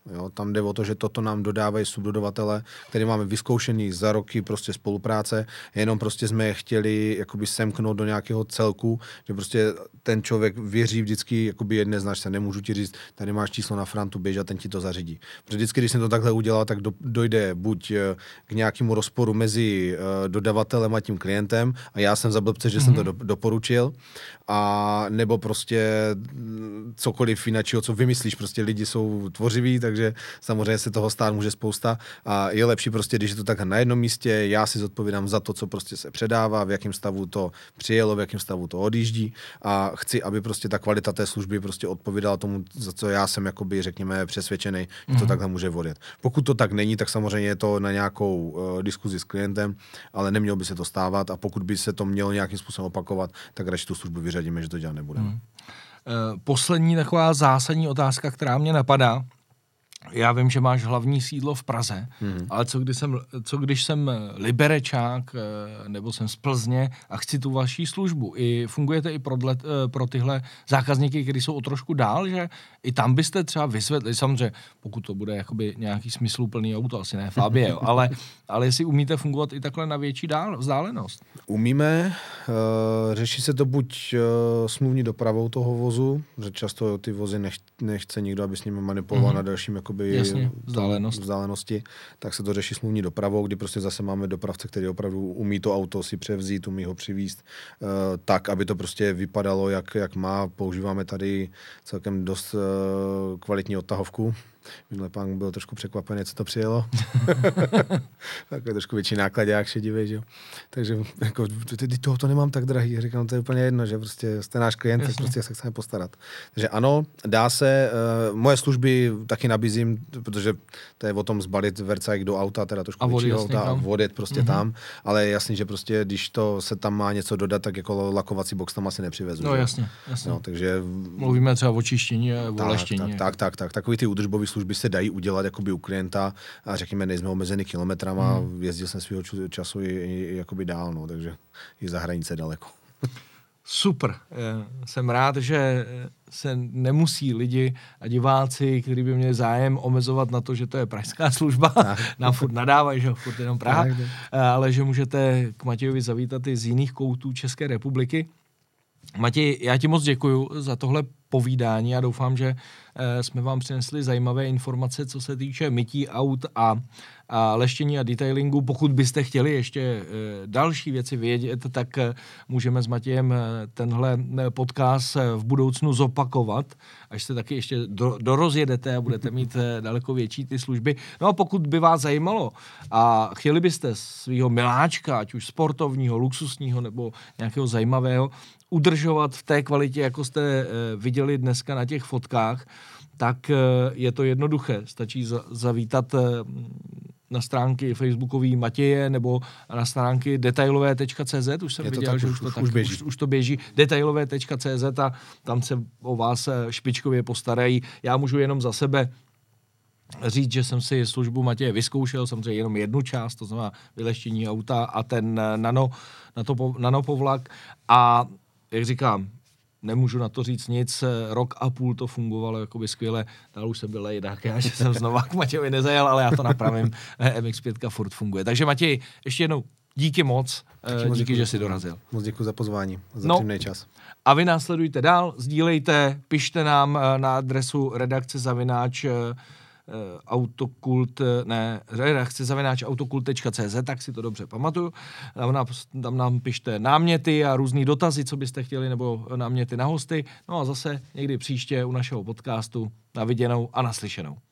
Jo, tam jde o to, že toto nám dodávají subdodavatele, který máme vyzkoušený za roky prostě spolupráce, jenom prostě jsme je chtěli jakoby semknout do nějakého celku, že prostě ten člověk věří vždycky jakoby jedné značce, nemůžu ti říct, tady máš číslo na Frantu, běž a ten ti to zařídí. Protože vždycky, když jsem to takhle udělal, tak do, dojde buď k nějakému rozporu mezi dodavatelem a tím klientem a já jsem za blbce, že mm-hmm. jsem to do, doporučil, a nebo prostě cokoliv jiného, co vymyslíš, prostě lidi jsou tvořiví, takže samozřejmě se toho stát může spousta a je lepší prostě, když je to tak na jednom místě, já si zodpovídám za to, co prostě se předává, v jakém stavu to přijelo, v jakém stavu to odjíždí a chci, aby prostě ta kvalita té služby prostě odpovídala tomu, za co já jsem jakoby, řekněme, přesvědčený, že to mm-hmm. takhle může odjet. Pokud to tak není, tak samozřejmě je to na nějakou uh, diskuzi s klientem, ale nemělo by se to stávat a pokud by se to mělo nějakým způsobem opakovat, tak radši tu službu vyřadíme, že to dělat nebudeme. Mm. Uh, poslední taková zásadní otázka, která mě napadá. Já vím, že máš hlavní sídlo v Praze, mm. ale co když, jsem, co když jsem Liberečák nebo jsem z Plzně a chci tu vaší službu? I fungujete i pro, pro tyhle zákazníky, kteří jsou o trošku dál, že i tam byste třeba vysvětlili, samozřejmě pokud to bude jakoby nějaký smysluplný auto, asi ne Fabie, jo, ale, ale jestli umíte fungovat i takhle na větší dál, vzdálenost? Umíme, uh, řeší se to buď uh, smluvní dopravou toho vozu, že často ty vozy nech, nechce nikdo, aby s nimi manipuloval mm. na dalším jako Jasně, vzdálenost. vzdálenosti, tak se to řeší smluvní dopravou, kdy prostě zase máme dopravce, který opravdu umí to auto si převzít, umí ho přivízt uh, tak, aby to prostě vypadalo, jak, jak má. Používáme tady celkem dost uh, kvalitní odtahovku. Minulý pán byl trošku překvapený, co to přijelo. Takový trošku větší nákladák šedivý, že jo. Takže jako, toho to nemám tak drahý. Říkám, to je úplně jedno, že prostě jste náš klient, tak prostě se chceme postarat. Takže ano, dá se. Uh, moje služby taky nabízím, protože to je o tom zbalit vercajk do auta, teda trošku většího auta a odjet prostě mm-hmm. tam. Ale je jasný, že prostě, když to se tam má něco dodat, tak jako lakovací box tam asi nepřivezu. No jasně, jasně. No, takže mluvíme třeba o čištění a o leštění. Tak, tak, tak, tak. Takový ty údržbový služby se dají udělat jakoby u klienta a řekněme, nejsme omezený kilometrama, hmm. jezdil jsem svýho času i, i, i jakoby dál, no, takže i za hranice daleko. Super. Jsem rád, že se nemusí lidi a diváci, kteří by měli zájem, omezovat na to, že to je pražská služba. Nám furt nadávají, že furt jenom Praha, tak, ale že můžete k Matějovi zavítat i z jiných koutů České republiky. Matěj, já ti moc děkuju za tohle povídání a doufám, že e, jsme vám přinesli zajímavé informace, co se týče mytí aut a, a leštění a detailingu. Pokud byste chtěli ještě e, další věci vědět, tak e, můžeme s Matějem e, tenhle podcast e, v budoucnu zopakovat, až se taky ještě do, dorozjedete a budete mít e, daleko větší ty služby. No a pokud by vás zajímalo a chtěli byste svýho miláčka, ať už sportovního, luxusního nebo nějakého zajímavého, udržovat v té kvalitě, jako jste e, viděli dneska na těch fotkách, tak e, je to jednoduché. Stačí za, zavítat e, na stránky facebookový Matěje nebo na stránky detailové tečka cé zet. Už jsem je viděl, tak, že už, už to, už, tak, už, běží. Už, už to běží. detailové tečka cé zet a tam se o vás špičkově postarají. Já můžu jenom za sebe říct, že jsem si službu Matěje vyzkoušel, samozřejmě jenom jednu část, to znamená vyleštění auta a ten nano, na to, nanopovlak a jak říkám, nemůžu na to říct nic, rok a půl to fungovalo jakoby skvěle, dál už jsem byl lejdák, já že jsem znova k Matějovi nezajel, ale já to napravím, em iks pět furt funguje. Takže Matěj, ještě jednou díky moc, díky, moc díky že jsi dorazil. Moc děkuji za pozvání, za no, příjemný čas. A vy následujte dál, sdílejte, pište nám na adresu redakce zavináč autokult, ne, redakce zavináč autokult tečka cé zet, tak si to dobře pamatuju. Tam nám, tam nám pište náměty a různý dotazy, co byste chtěli, nebo náměty na hosty. No a zase někdy příště u našeho podcastu na viděnou a naslyšenou.